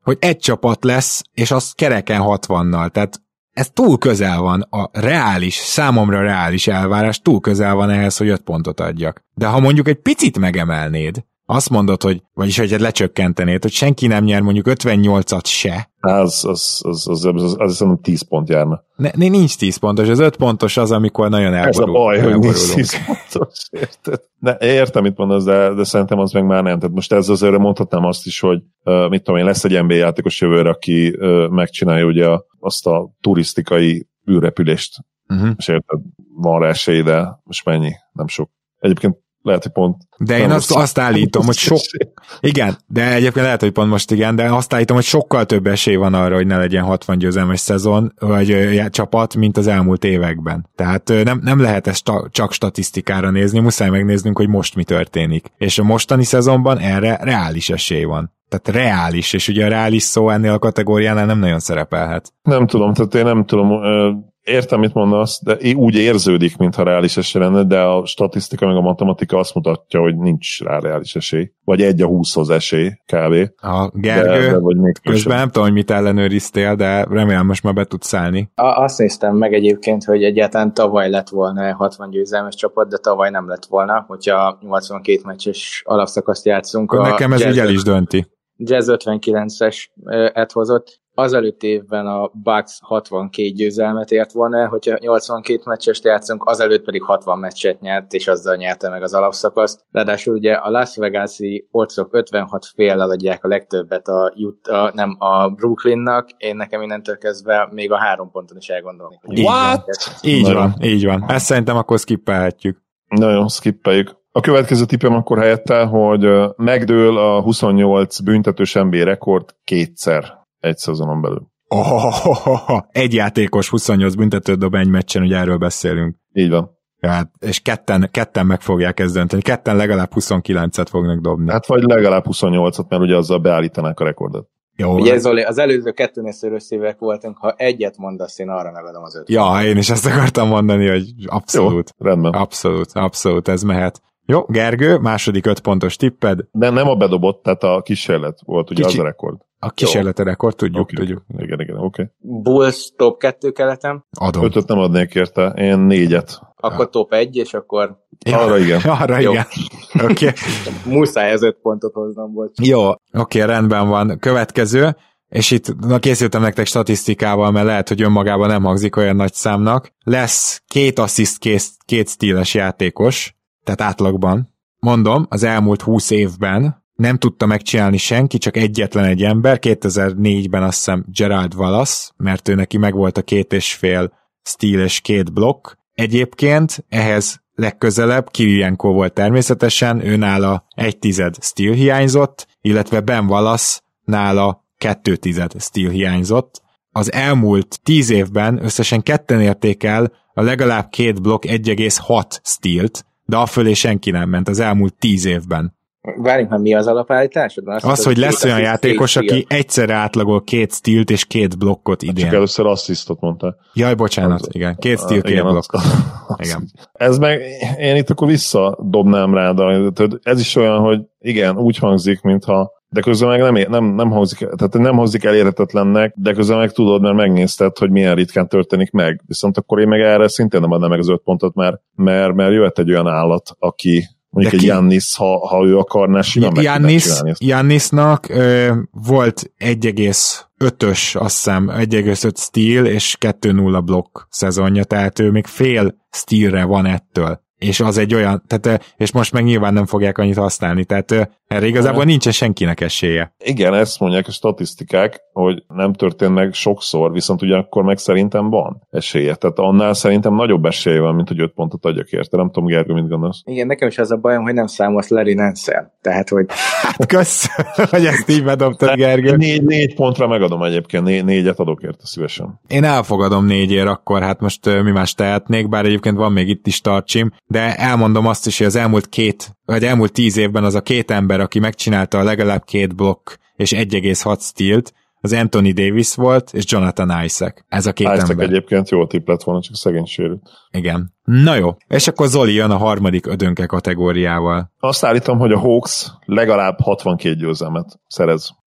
hogy egy csapat lesz, és az kereken hatvannal, tehát ez túl közel van, a reális, számomra reális elvárás túl közel van ehhez, hogy öt pontot adjak. De ha mondjuk egy picit megemelnéd, azt mondod, hogy, vagyis hogy lecsökkentenéd, hogy senki nem nyer mondjuk ötvennyolcat se. Az, az, az, az, az, az, az, az tíz pont járna. Ne, nincs tíz pontos, az öt pontos az, amikor nagyon elborul. Ez a baj, hogy nincs tíz pontos, érted? Ne, értem, mit mondasz, de, de szerintem az meg már nem. Tehát most ez azért mondhatnám azt is, hogy uh, mit tudom én, lesz egy en bé á játékos jövőre, aki uh, megcsinálja ugye azt a turisztikai űrrepülést. Uh-huh. És érted, van rá esély, de most mennyi? Nem sok. Egyébként lehet, hogy pont... De én azt, azt állítom, hogy sok... Igen, de egyébként lehet, hogy pont most igen, de azt állítom, hogy sokkal több esély van arra, hogy ne legyen hatvan győzelmes szezon, vagy ö, csapat, mint az elmúlt években. Tehát ö, nem, nem lehet ezt sta- csak statisztikára nézni, muszáj megnéznünk, hogy most mi történik. És a mostani szezonban erre reális esély van. Tehát reális, és ugye a reális szó ennél a kategóriánál nem nagyon szerepelhet. Nem tudom, tehát én nem tudom... Ö... Értem, mit mondasz, de úgy érződik, mintha reális esély lenne, de a statisztika meg a matematika azt mutatja, hogy nincs rá reális esély. Vagy egy a húszhoz esély, kb. A Gergő, de, de vagy még közben nem tudom, hogy mit ellenőriztél, de remélem most már be tudsz szállni. Azt néztem meg egyébként, hogy egyáltalán tavaly lett volna hatvan győzelmes csapat, de tavaly nem lett volna, hogyha nyolcvankét meccses alapszakaszt játszunk. Nekem ez így el is dönti. Jazz ötvenkilences-et hozott. Az előtt évben a Bucks hatvankét győzelmet ért volna, hogyha nyolcvankét meccsest játszunk, azelőtt pedig hatvan meccset nyert, és azzal nyerte meg az alapszakaszt. Ráadásul ugye a Las Vegas-i orcok ötvenhat féllel adják a legtöbbet a, Utah, nem a Brooklynnak, én nekem innentől kezdve még a három ponton is elgondolni. What? Így van, így van. Ezt szerintem akkor skippelhetjük. Nagyon skippeljük. A következő tippem akkor helyette, hogy megdől a huszonnyolc büntetős en bé á rekord kétszer egy szezonon belül. Oh, oh, oh, oh. Egy játékos huszonnyolc büntetőt dob egy meccsen, hogy erről beszélünk. Így van. Hát, és ketten, ketten meg fogják ezt dönteni. Ketten legalább huszonkilencet fognak dobni. Hát vagy legalább huszonnyolcat, mert ugye azzal beállítanák a rekordot. Jó. Ugye Zoli, az előző kettőnél szörös szívek voltunk, ha egyet mondasz, én arra megadom az öt. Ja, én is ezt akartam mondani, hogy abszolút. Jó, rendben. Abszolút, abszolút, ez mehet. Jó, Gergő, második öt pontos tipped. De nem a bedobott, tehát a kísérlet volt ugye Kicsi... az a rekord. A kísérleti rekord, tudjuk, okay. tudjuk. Igen, igen, oké. Okay. Bulls top kettő keletem. Adom. Ötöt nem adnék érte, én négyet. Akkor top egy, és akkor... Ja, arra igen. Arra Jó. igen. Oké. Okay. Muszáj az öt pontot hoznom, bocs. Jó, oké, okay, rendben van. Következő, és itt na, készültem nektek statisztikával, mert lehet, hogy önmagában nem hangzik olyan nagy számnak. Lesz két assziszt, két, két stíles játékos, tehát átlagban. Mondom, az elmúlt húsz évben nem tudta megcsinálni senki, csak egyetlen egy ember, kétezer-négyben azt hiszem Gerald Wallace, mert ő neki megvolt a két és fél stíl és két blokk. Egyébként ehhez legközelebb Kirilenko volt természetesen, ő nála egy tized stíl hiányzott, illetve Ben Wallace nála kettő tized stíl hiányzott. Az elmúlt tíz évben összesen ketten érték el a legalább két blokk egy egész hat stílt, de afölé senki nem ment az elmúlt tíz évben. Várjunk, már mi az alapállításod? Az, az hogy lesz olyan játékos, aki egyszerre átlagol két stílt és két blokkot idén. Csak először asszisztot mondta. Jaj, bocsánat, az, igen. Két stíl, két igen, blokk. Az, az, igen. Ez meg, én itt akkor visszadobnám rá, de ez is olyan, hogy igen, úgy hangzik, mintha de közben meg nem, nem, nem, hangzik, tehát nem hangzik elérhetetlennek, de közben meg tudod, mert megnézted, hogy milyen ritkán történik meg. Viszont akkor én meg erre szintén nem adnám meg az öt pontot, mert, mert, mert jöhet egy olyan állat, aki mondjuk egy Giannis, ha, ha ő akarná, simán meg tudná csinálni ezt. Giannisnak ö, volt egy egész ötös, azt hiszem, egy egész öt stíl és kettő nulla blokk szezonja, tehát ő még fél stílre van ettől. És az egy olyan, tehát, és most meg nyilván nem fogják annyit használni, tehát erre igazából nincsen senkinek esélye. Igen, ezt mondják a statisztikák, hogy nem történt meg sokszor, viszont ugyanakkor meg szerintem van esélye. Tehát annál szerintem nagyobb esélye van, mint hogy öt pontot adjak érte. Nem tudom, Gergő, mit gondolsz? Igen, nekem is az a bajom, hogy nem számolsz Larry Nance-el. Tehát, hogy... Hát kösz, hogy ezt így bedobtad, Gergő. Négy, négy pontra megadom egyébként, né, négyet adok érte szívesen. Én elfogadom négyért, akkor hát most mi más tehetnék, bár egyébként van még itt is tartsim, de elmondom azt is, hogy az elmúlt két, vagy elmúlt tíz évben az a két ember, aki megcsinálta a legalább két blokk és egy egész hat stílt, az Anthony Davis volt, és Jonathan Isaac. Ez a két Isaac ember. egyébként jó tipp lett volna, csak szegény sérült. Igen. Na jó. És akkor Zoli jön a harmadik ödönke kategóriával. Azt állítom, hogy a Hawks legalább hatvankét győzelmet szerez.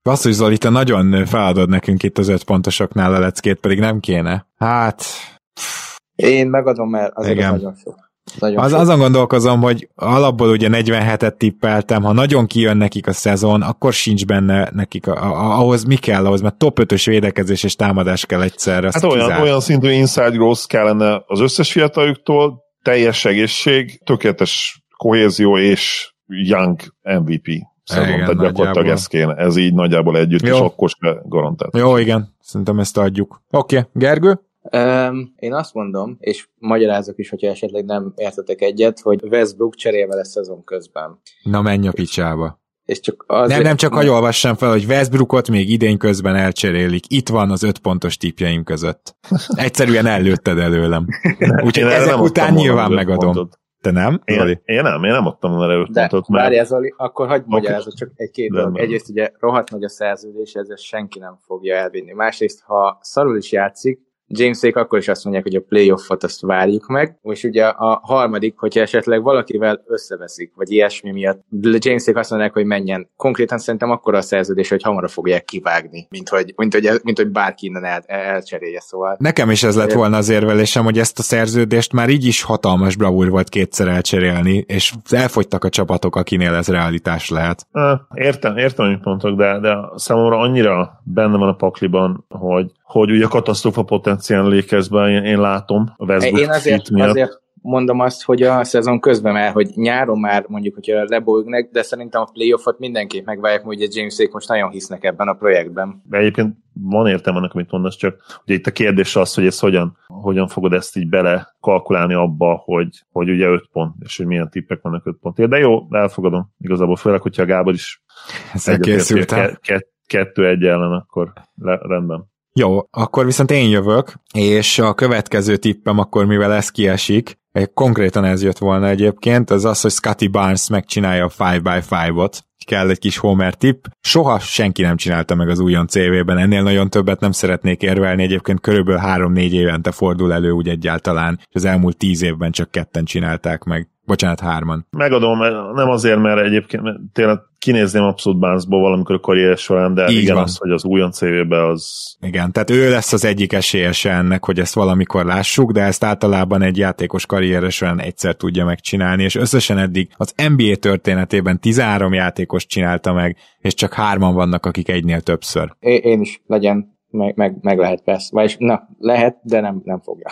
Basszus, Zoli, te nagyon feladod nekünk itt az öt pontosoknál a leckét, pedig nem kéne. Hát... Én megadom, mert azért az nagyon sok. Nagyon az, azon gondolkozom, hogy alapból ugye negyvenhetet tippeltem, ha nagyon kijön nekik a szezon, akkor sincs benne nekik, a, a, ahhoz mi kell ahhoz, mert top ötös védekezés és támadás kell egyszerre. Hát olyan, olyan szintű inside growth kellene az összes fiataljuktól, teljes egészség, tökéletes kohézió és young em vé pé szezon, igen, tehát gyakorlatilag ez kéne, ez így nagyjából együtt, jó. És akkor se garantált. Jó, igen, szerintem ezt adjuk. Oké, okay. Gergő? Um, én azt mondom, és magyarázok is, hogyha esetleg nem értetek egyet, hogy Westbrook cserélve lesz szezon közben. Na menj a picsába. És csak azért... Nem, nem csak hagyj olvassam fel, hogy Westbrookot még idén közben elcserélik. Itt van az öt pontos tippjeim között. Egyszerűen ellőtted előlem. Úgyhogy ezek után nyilván megadom. Pontot. Te nem? Én, én nem, én nem adtam volna öt pontot. De várjál, Zoli, akkor hagyd okay. magyarázok csak egy-két dolog. Egyrészt ugye rohadt nagy a szerződés, ezzel senki nem fogja elvinni. Másrészt, ha szarul is játszik, Jamesék akkor is azt mondják, hogy a playoffot azt várjuk meg, és ugye a harmadik, hogyha esetleg valakivel összeveszik, vagy ilyesmi miatt, Jamesék azt mondják, hogy menjen. Konkrétan szerintem akkor a szerződés, hogy hamarabb fogják kivágni, mint hogy, mint hogy, mint hogy bárki innen el, elcserélje, szóval. Nekem is ez lett volna az érvelésem, hogy ezt a szerződést már így is hatalmas bravúr volt kétszer elcserélni, és elfogytak a csapatok, akinél ez realitás lehet. Értem, értem, hogy pontok, de, de számomra annyira benne van a pakliban, hogy hogy ugye a katasztrófa potenciál Lakersben én, én látom a Westbrook. Én azért, azért mondom azt, hogy a szezon közben már, hogy nyáron már mondjuk, hogyha lebolygnak, de szerintem a playoffot mindenképp megválják, hogy a Jamesék most nagyon hisznek ebben a projektben. De egyébként van értelme annak, amit mondasz, csak ugye itt a kérdés az, hogy ez hogyan, hogyan fogod ezt így bele kalkulálni abba, hogy, hogy ugye öt pont, és hogy milyen tippek vannak öt pontért. De jó, elfogadom. Igazából főleg, hogyha a Gábor is kettő egy ellen, akkor le, rendben. Jó, akkor viszont én jövök, és a következő tippem akkor, mivel ez kiesik, konkrétan ez jött volna egyébként, az az, hogy Scottie Barnes megcsinálja a five by five-ot, kell egy kis homer tipp. Soha senki nem csinálta meg az újon cé vé-ben, ennél nagyon többet nem szeretnék érvelni, egyébként körülbelül három-négy évente fordul elő úgy egyáltalán, és az elmúlt tíz évben csak ketten csinálták meg. Bocsánat, hárman. Megadom, nem azért, mert egyébként mert tényleg kinézném abszolút Barnesból valamikor a karrier során, de így igen, van. Az, hogy az újon cé vé-be az... Igen, tehát ő lesz az egyik esélyese ennek, hogy ezt valamikor lássuk, de ezt általában egy játékos karriere során egyszer tudja megcsinálni, és összesen eddig az en bé á történetében tizenhárom játékos csinálta meg, és csak hárman vannak, akik egynél többször. É- én is legyen, meg, meg, meg lehet persze. Vagyis, na, lehet, de nem, nem fogja.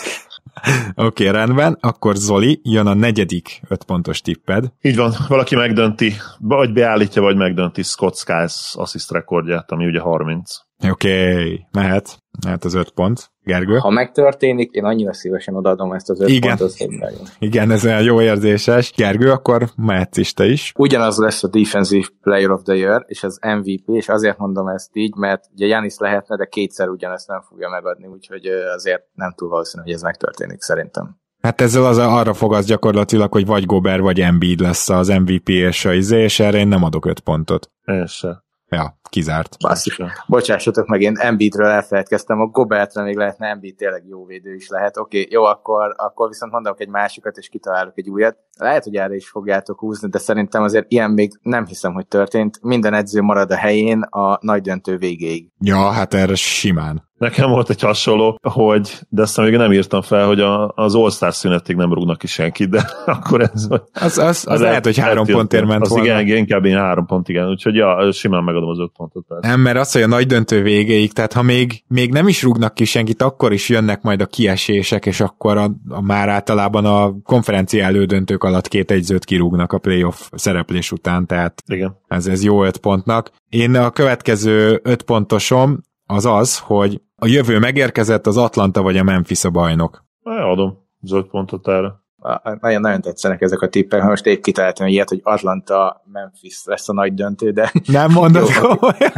Oké, okay, rendben. Akkor Zoli, jön a negyedik öt pontos tipped. Így van, valaki megdönti, vagy beállítja, vagy megdönti Scott Skiles assziszt rekordját, ami ugye harminc. Oké, okay, mehet. Mehet az öt pont. Gergő? Ha megtörténik, én annyira szívesen odaadom ezt az öt igen. pontot. Igen, ez olyan jó érzéses. Gergő, akkor mehetsz is te is. Ugyanaz lesz a Defensive Player of the Year, és az em vé pé, és azért mondom ezt így, mert ugye Giannis lehetne, de kétszer ugyanezt nem fogja megadni, úgyhogy azért nem túl valószínű, hogy ez megtörténik szerintem. Hát ezzel az arra fog az gyakorlatilag, hogy vagy Gobert, vagy Embiid lesz az em vé pé és a izé, és erre én nem adok öt pontot. Én se. Ja, kizárt. Basszus. Bocsássatok meg, én Embiidről elfelejtkeztem, a Gobertre még lehetne, Embiid tényleg jó védő is lehet. Oké, okay, jó, akkor, akkor viszont mondok egy másikat, és kitalálok egy újat. Lehet, hogy erre is fogjátok húzni, de szerintem azért ilyen még nem hiszem, hogy történt. Minden edző marad a helyén a nagy döntő végéig. Ja, hát erre simán. Nekem volt egy hasonló, hogy, de aztán még nem írtam fel, hogy a, az All-Star szünetig nem rúgnak ki senkit, de akkor ez... Az, az, az, az lehet, hogy három pontért ment az volna. Igen, inkább én három pont, igen. Úgyhogy ja, simán megadom az öt pontot. Tehát. Nem, mert az, hogy a nagy döntő végéig, tehát ha még, még nem is rúgnak ki senkit, akkor is jönnek majd a kiesések, és akkor a, a már általában a konferencia elődöntők alatt két egyzőt kirúgnak a playoff szereplés után, tehát igen. Ez, ez jó öt pontnak. Én a következő öt pontosom az az, hogy a jövő megérkezett, az Atlanta vagy a Memphis a bajnok. Adom az öt pontot erre. Nagyon-nagyon tetszenek ezek a tippek, most épp kitaláltam ilyet, hogy Atlanta Memphis lesz a nagy döntő, de... Nem mondod komolyan.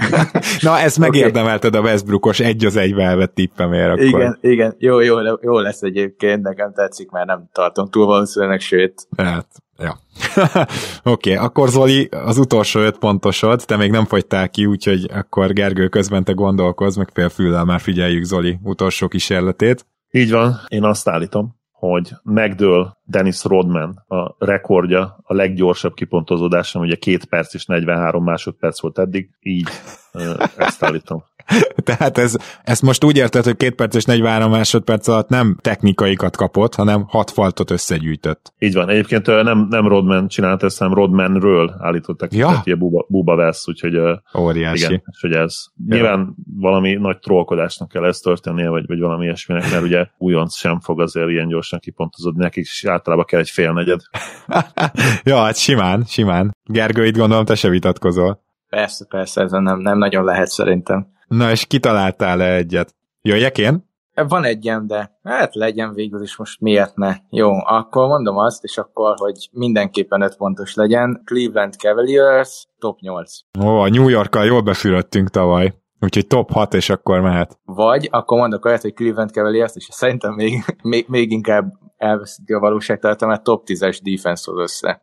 Na, ezt megérdemelted a Westbrookos egy az egybe elvett tippemért akkor. Igen, igen, jó, jó, jó lesz egyébként, nekem tetszik, mert nem tartom túl valószínűleg, sőt. Hát, ja. Oké, okay, akkor Zoli, az utolsó öt pontosod, te még nem fogytál ki, úgyhogy akkor Gergő közben te gondolkozz, meg félfüllel már figyeljük Zoli utolsó kísérletét. Így van, én azt állítom, hogy megdől Dennis Rodman a rekordja a leggyorsabb kipontozódáson, ugye két perc és negyvenhárom másodperc volt eddig, így ezt állítom. Tehát ez, ezt most úgy érted, hogy két perc és negyvenhárom másodperc alatt nem technikaikat kapott, hanem hat faltot összegyűjtött. Így van. Egyébként nem, nem Rodman csinált ezt, hanem Rodmanről állították ki, ja. ilyen Buba, Buba Vesz, úgyhogy óriási. Igen, és hogy ez nyilván valami nagy trollkodásnak kell ezt történnie, vagy, vagy valami ilyesminek, mert ugye újonc sem fog azért ilyen gyorsan kipontozódni, nekik is általában kell egy félnegyed. Ja, hát simán, simán. Gergő, itt gondolom, te se vitatkozol. Persze, persze, ezen nem, nem nagyon lehet szerintem. Na, és kitaláltál-e egyet? Jöjjek én? Van egyem, de hát legyen végül is, most miért ne. Jó, akkor mondom azt, és akkor, hogy mindenképpen öt pontos legyen. Cleveland Cavaliers, top nyolc. Ó, a New Yorkkal jól befürödtünk tavaly. Úgyhogy top hat, és akkor mehet. Vagy akkor mondok olyat, hogy Cleveland Cavaliers, és szerintem még, még, még inkább elveszíti a valóságtartalmát, top tízes defense hoz össze.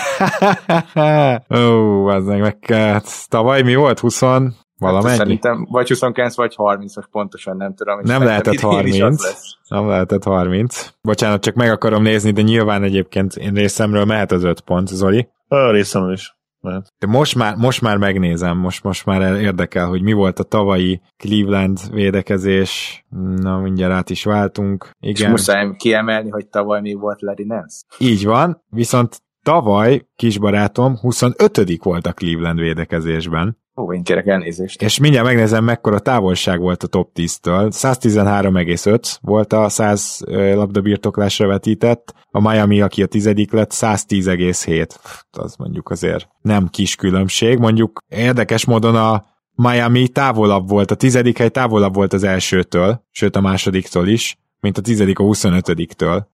Ó, az meg meg kell. Tavaly mi volt? húsz valamennyi? Hát szerintem vagy huszonkilenc, vagy harminc, pontosan nem tudom. Nem lehetett harminc. Nem lehetett harminc. Bocsánat, csak meg akarom nézni, de nyilván egyébként én részemről mehet az öt pont, Zoli. A részemről is mehet. De most már, most már megnézem, most, most már érdekel, hogy mi volt a tavalyi Cleveland védekezés. Na, mindjárt át is váltunk. Igen. És muszáj kiemelni, hogy tavaly mi volt Larry Nance. Így van, viszont tavaly, kisbarátom, huszonötödik volt a Cleveland védekezésben. Ó, én kérek elnézést. És mindjárt megnézem, mekkora távolság volt a top tíztől. száztizenhárom egész öt volt a száz labdabirtoklásra vetített, a Miami, aki a tizedik lett, száztíz egész hét. Az mondjuk azért nem kis különbség. Mondjuk érdekes módon a Miami távolabb volt, a tizedik hely távolabb volt az elsőtől, sőt a másodiktól is, mint a tizedik a huszonötödiktől.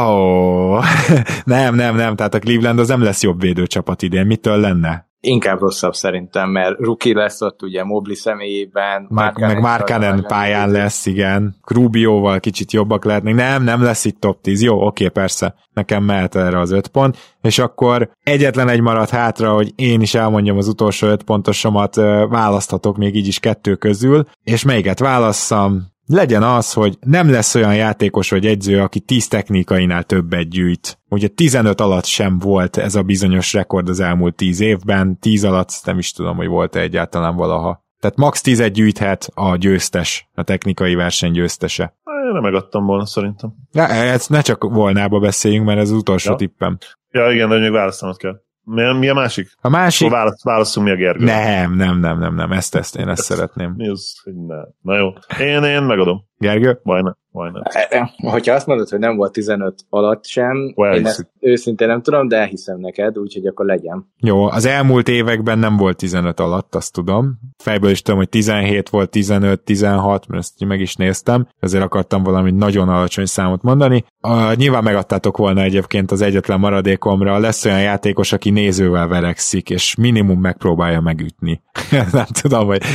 Oh, nem, nem, nem, tehát a Cleveland az nem lesz jobb védőcsapat idén. Mitől lenne? Inkább rosszabb szerintem, mert rookie lesz ott ugye Mobley személyében. Meg, meg Markkanen pályán lesz, igen. Rubioval kicsit jobbak lehetnek. Nem, nem lesz itt top tíz. Jó, oké, persze. Nekem mehet erre az öt pont. És akkor egyetlen egy maradt hátra, hogy én is elmondjam az utolsó öt pontosomat, választhatok még így is kettő közül. És melyiket válasszam? Legyen az, hogy nem lesz olyan játékos vagy edző, aki tíz technikainál többet gyűjt. Ugye tizenöt alatt sem volt ez a bizonyos rekord az elmúlt tíz évben, tíz alatt nem is tudom, hogy volt-e egyáltalán valaha. Tehát max tízet gyűjthet a győztes, a technikai verseny győztese. Én nem megadtam volna szerintem. Ja, ezt ne csak volnába beszéljünk, mert ez az utolsó ja. tippem. Ja, igen, de még választanod kell. Mi, mi a másik? A másik... Válasz, válaszunk mi a Gergő. Nem, nem, nem, nem, nem, ezt, ezt én ezt szeretném. Mi az, hogy ne. Na jó, én, én megadom. Gergő? Baj ne, baj ne. Hogyha azt mondod, hogy nem volt tizenöt alatt sem, well, én ezt őszintén nem tudom, de elhiszem neked, úgyhogy akkor legyen. Jó, az elmúlt években nem volt tizenöt alatt, azt tudom. Fejből is tudom, hogy tizenhét volt, tizenöt, tizenhat, mert ezt meg is néztem, ezért akartam valami nagyon alacsony számot mondani. Uh, nyilván megadtátok volna egyébként az egyetlen maradékomra, lesz olyan játékos, aki nézővel verekszik, és minimum megpróbálja megütni. Nem tudom, hogy...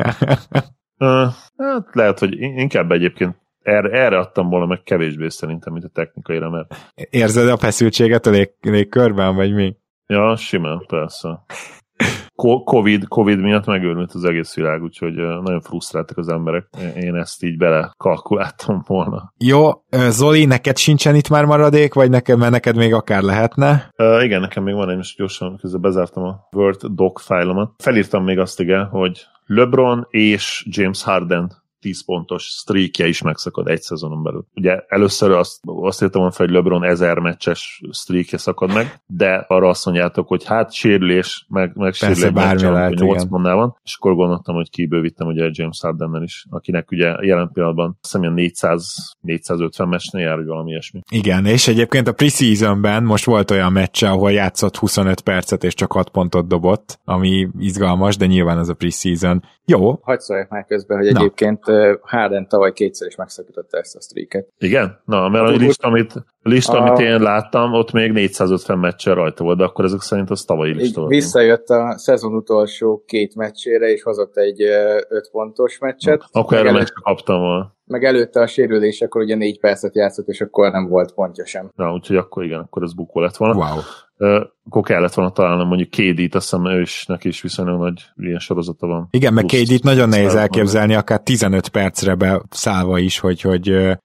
uh, hát lehet, hogy inkább egyébként erre, erre adtam volna meg kevésbé szerintem, mint a technikaira, mert... Érzed a feszültséget a lég, légkörben, vagy mi? Ja, simán, persze. Covid, Covid miatt megőrült az egész világ, úgyhogy nagyon frusztráltak az emberek. Én ezt így bele kalkuláltam volna. Jó, Zoli, neked sincsen itt már maradék, vagy neked, mert neked még akár lehetne? Uh, igen, nekem még van egy, most gyorsan közben bezártam a Word doc fájlomat. Felírtam még azt, igen, hogy LeBron és James Harden tíz pontos streakje is megszakad egy szezonon belül. Ugye először azt, azt írtam volna fel, hogy LeBron ezer meccses streakje szakad meg, de arra azt mondjátok, hogy hát sérülés, meg, meg sérülés meccsen, nyolc pontnál van, és akkor gondoltam, hogy kibővítem ugye James Hardennel is, akinek ugye jelen pillanatban azt hiszem négyszáz négyszázötven meccsnél jár, hogy valami ilyesmi. Igen, és egyébként a preseasonben most volt olyan meccse, ahol játszott huszonöt percet, és csak hat pontot dobott, ami izgalmas, de nyilván az a preseason. Jó. Hadd szóljak már közben, hogy egyébként Harden tavaly kétszer is megszakította ezt a streaket. Igen? Na, mert a lista, amit, a lista, a... amit én láttam, ott még négyszázötven meccsel rajta volt, de akkor ezek szerint az tavalyi lista volt. Visszajött a szezon utolsó két meccsére, és hozott egy öt pontos meccset. Na, akkor erre meccset kaptam volna. Meg előtte a sérülésekor ugye négy percet játszott, és akkor nem volt pontja sem. Na, úgyhogy akkor igen, akkor ez bukó lett volna. Wow. Uh, akkor kellett volna találnom mondjuk ká dé-t, azt hiszem ő is, neki is viszonylag nagy ilyen sorozata van. Igen, meg ká dé-t nagyon nehéz elképzelni, akár tizenöt percre beszállva is, hogy, hogy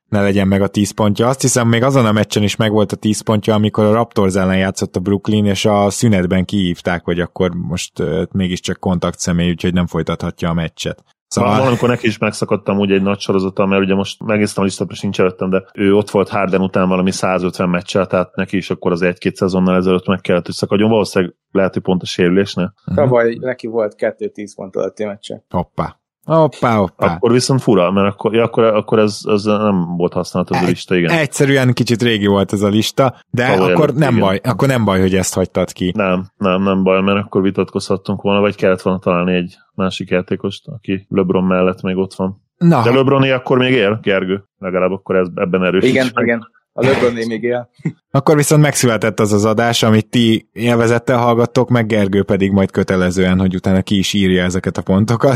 ne legyen meg a tíz pontja. Azt hiszem, még azon a meccsen is megvolt a tíz pontja, amikor a Raptors ellen játszott a Brooklyn, és a szünetben kihívták, hogy akkor most uh, mégiscsak kontaktszemély, úgyhogy nem folytathatja a meccset. Szóval... Valamikor neki is megszakadtam úgy egy nagy sorozattal, mert ugye most megnéztem a listát, és nincs előttem, de ő ott volt Harden után valami százötven meccsel, tehát neki is akkor az egy-két szezonnal ezelőtt meg kellett, hogy szakadjon. Valószínűleg lehet, hogy pont a sérülésnél. Tavaly neki volt kettő tíz pont alatti meccse. Hoppá. Hoppá, hoppá. Akkor viszont fura, mert akkor, ja, akkor, akkor ez, ez nem volt használat az a lista, igen. Egyszerűen kicsit régi volt ez a lista, de Tavaly akkor előtt, nem igen. baj, akkor nem baj, hogy ezt hagytad ki. Nem, nem, nem baj, mert akkor vitatkozhattunk volna, vagy kellett volna találni egy másik játékost, aki LeBron mellett még ott van. Na. De LeBroné akkor még él, Gergő? Legalább akkor ez, ebben erősíts Igen, meg. igen. A LeBroné még él. Akkor viszont megszületett az az adás, amit ti élvezettel hallgattok, meg Gergő pedig majd kötelezően, hogy utána ki is írja ezeket a pontokat.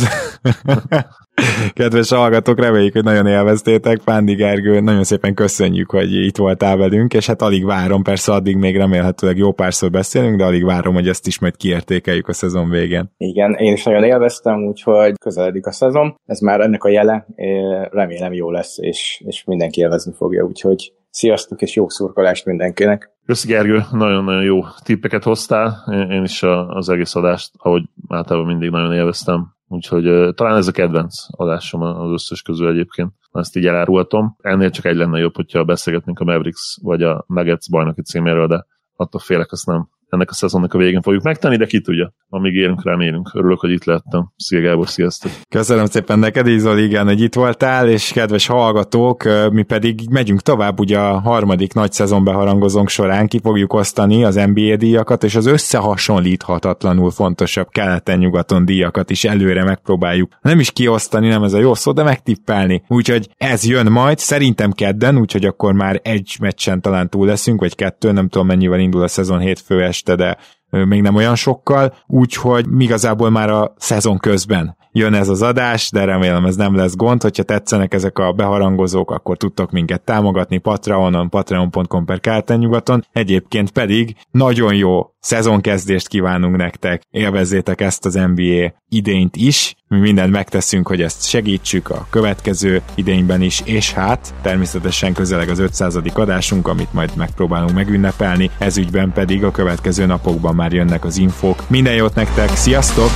Kedves hallgatók, reméljük, hogy nagyon élveztétek. Pándi Gergő, nagyon szépen köszönjük, hogy itt voltál velünk, és hát alig várom, persze addig még remélhetőleg jó párszor beszélünk, de alig várom, hogy ezt is majd kiértékeljük a szezon végén. Igen, én is nagyon élveztem, úgyhogy közeledik a szezon. Ez már ennek a jele, remélem jó lesz, és, és mindenki élvezni fogja, úgyhogy sziasztok, és jó szurkolást mindenkinek! Köszi Gergő, nagyon-nagyon jó tippeket hoztál, én is az egész adást, ahogy általában mindig nagyon élveztem, úgyhogy uh, talán ez a kedvenc adásom az összes közül egyébként, ezt így elárulhatom. Ennél csak egy lenne jobb, hogyha beszélgetnénk a Mavericks vagy a Nuggets bajnoki címéről, de attól félek, azt nem ennek a szezonnak a végén fogjuk megtenni, de ki tudja. Amíg élünk, remélünk. Örülök, hogy itt lettem. Szia Gábor, sziasztok! Köszönöm szépen neked, Izoli, igen, hogy itt voltál, és kedves hallgatók, mi pedig megyünk tovább, ugye a harmadik nagy szezon beharangozónk során ki fogjuk osztani az en bé á díjakat, és az összehasonlíthatatlanul fontosabb keleten-nyugaton díjakat is előre megpróbáljuk. Nem is kiosztani, nem ez a jó szó, de megtippelni. Úgyhogy ez jön majd, szerintem kedden, úgyhogy akkor már egy meccsen talán túl leszünk, vagy kettő, nem tudom mennyivel indul a szezon hétfő este, de még nem olyan sokkal, úgyhogy igazából már a szezon közben jön ez az adás, de remélem ez nem lesz gond, hogyha tetszenek ezek a beharangozók, akkor tudtok minket támogatni Patreonon, patreon pont com per keleten-nyugaton, egyébként pedig nagyon jó szezonkezdést kívánunk nektek, élvezzétek ezt az en bé á idényt is, mi mindent megteszünk, hogy ezt segítsük a következő idényben is, és hát természetesen közeleg az ötszázadik adásunk, amit majd megpróbálunk megünnepelni, ezügyben pedig a következő napokban már jönnek az infók. Minden jót nektek, sziasztok!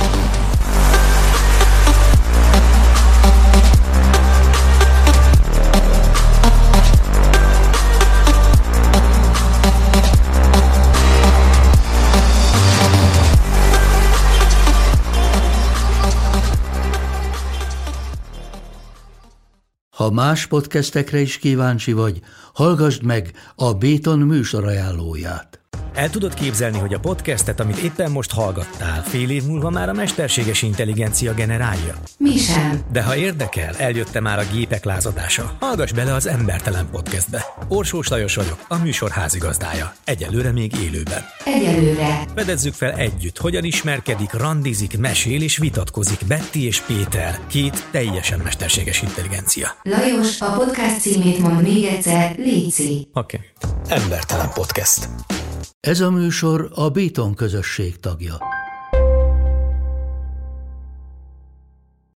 Ha más podcastekre is kíváncsi vagy, hallgassd meg a Béton műsor ajánlóját. El tudod képzelni, hogy a podcastet, amit éppen most hallgattál, fél év múlva már a mesterséges intelligencia generálja? Mi sem. De ha érdekel, eljött már a gépek lázadása. Hallgass bele az Embertelen Podcastbe. Orsós Lajos vagyok, a műsor házigazdája. Egyelőre még élőben. Egyelőre. Fedezzük fel együtt, hogyan ismerkedik, randizik, mesél és vitatkozik Betty és Péter, két teljesen mesterséges intelligencia. Lajos, a podcast címét mond még egyszer, léci. Oké. Okay. Embertelen Podcast. Ez a műsor a Béton közösség tagja.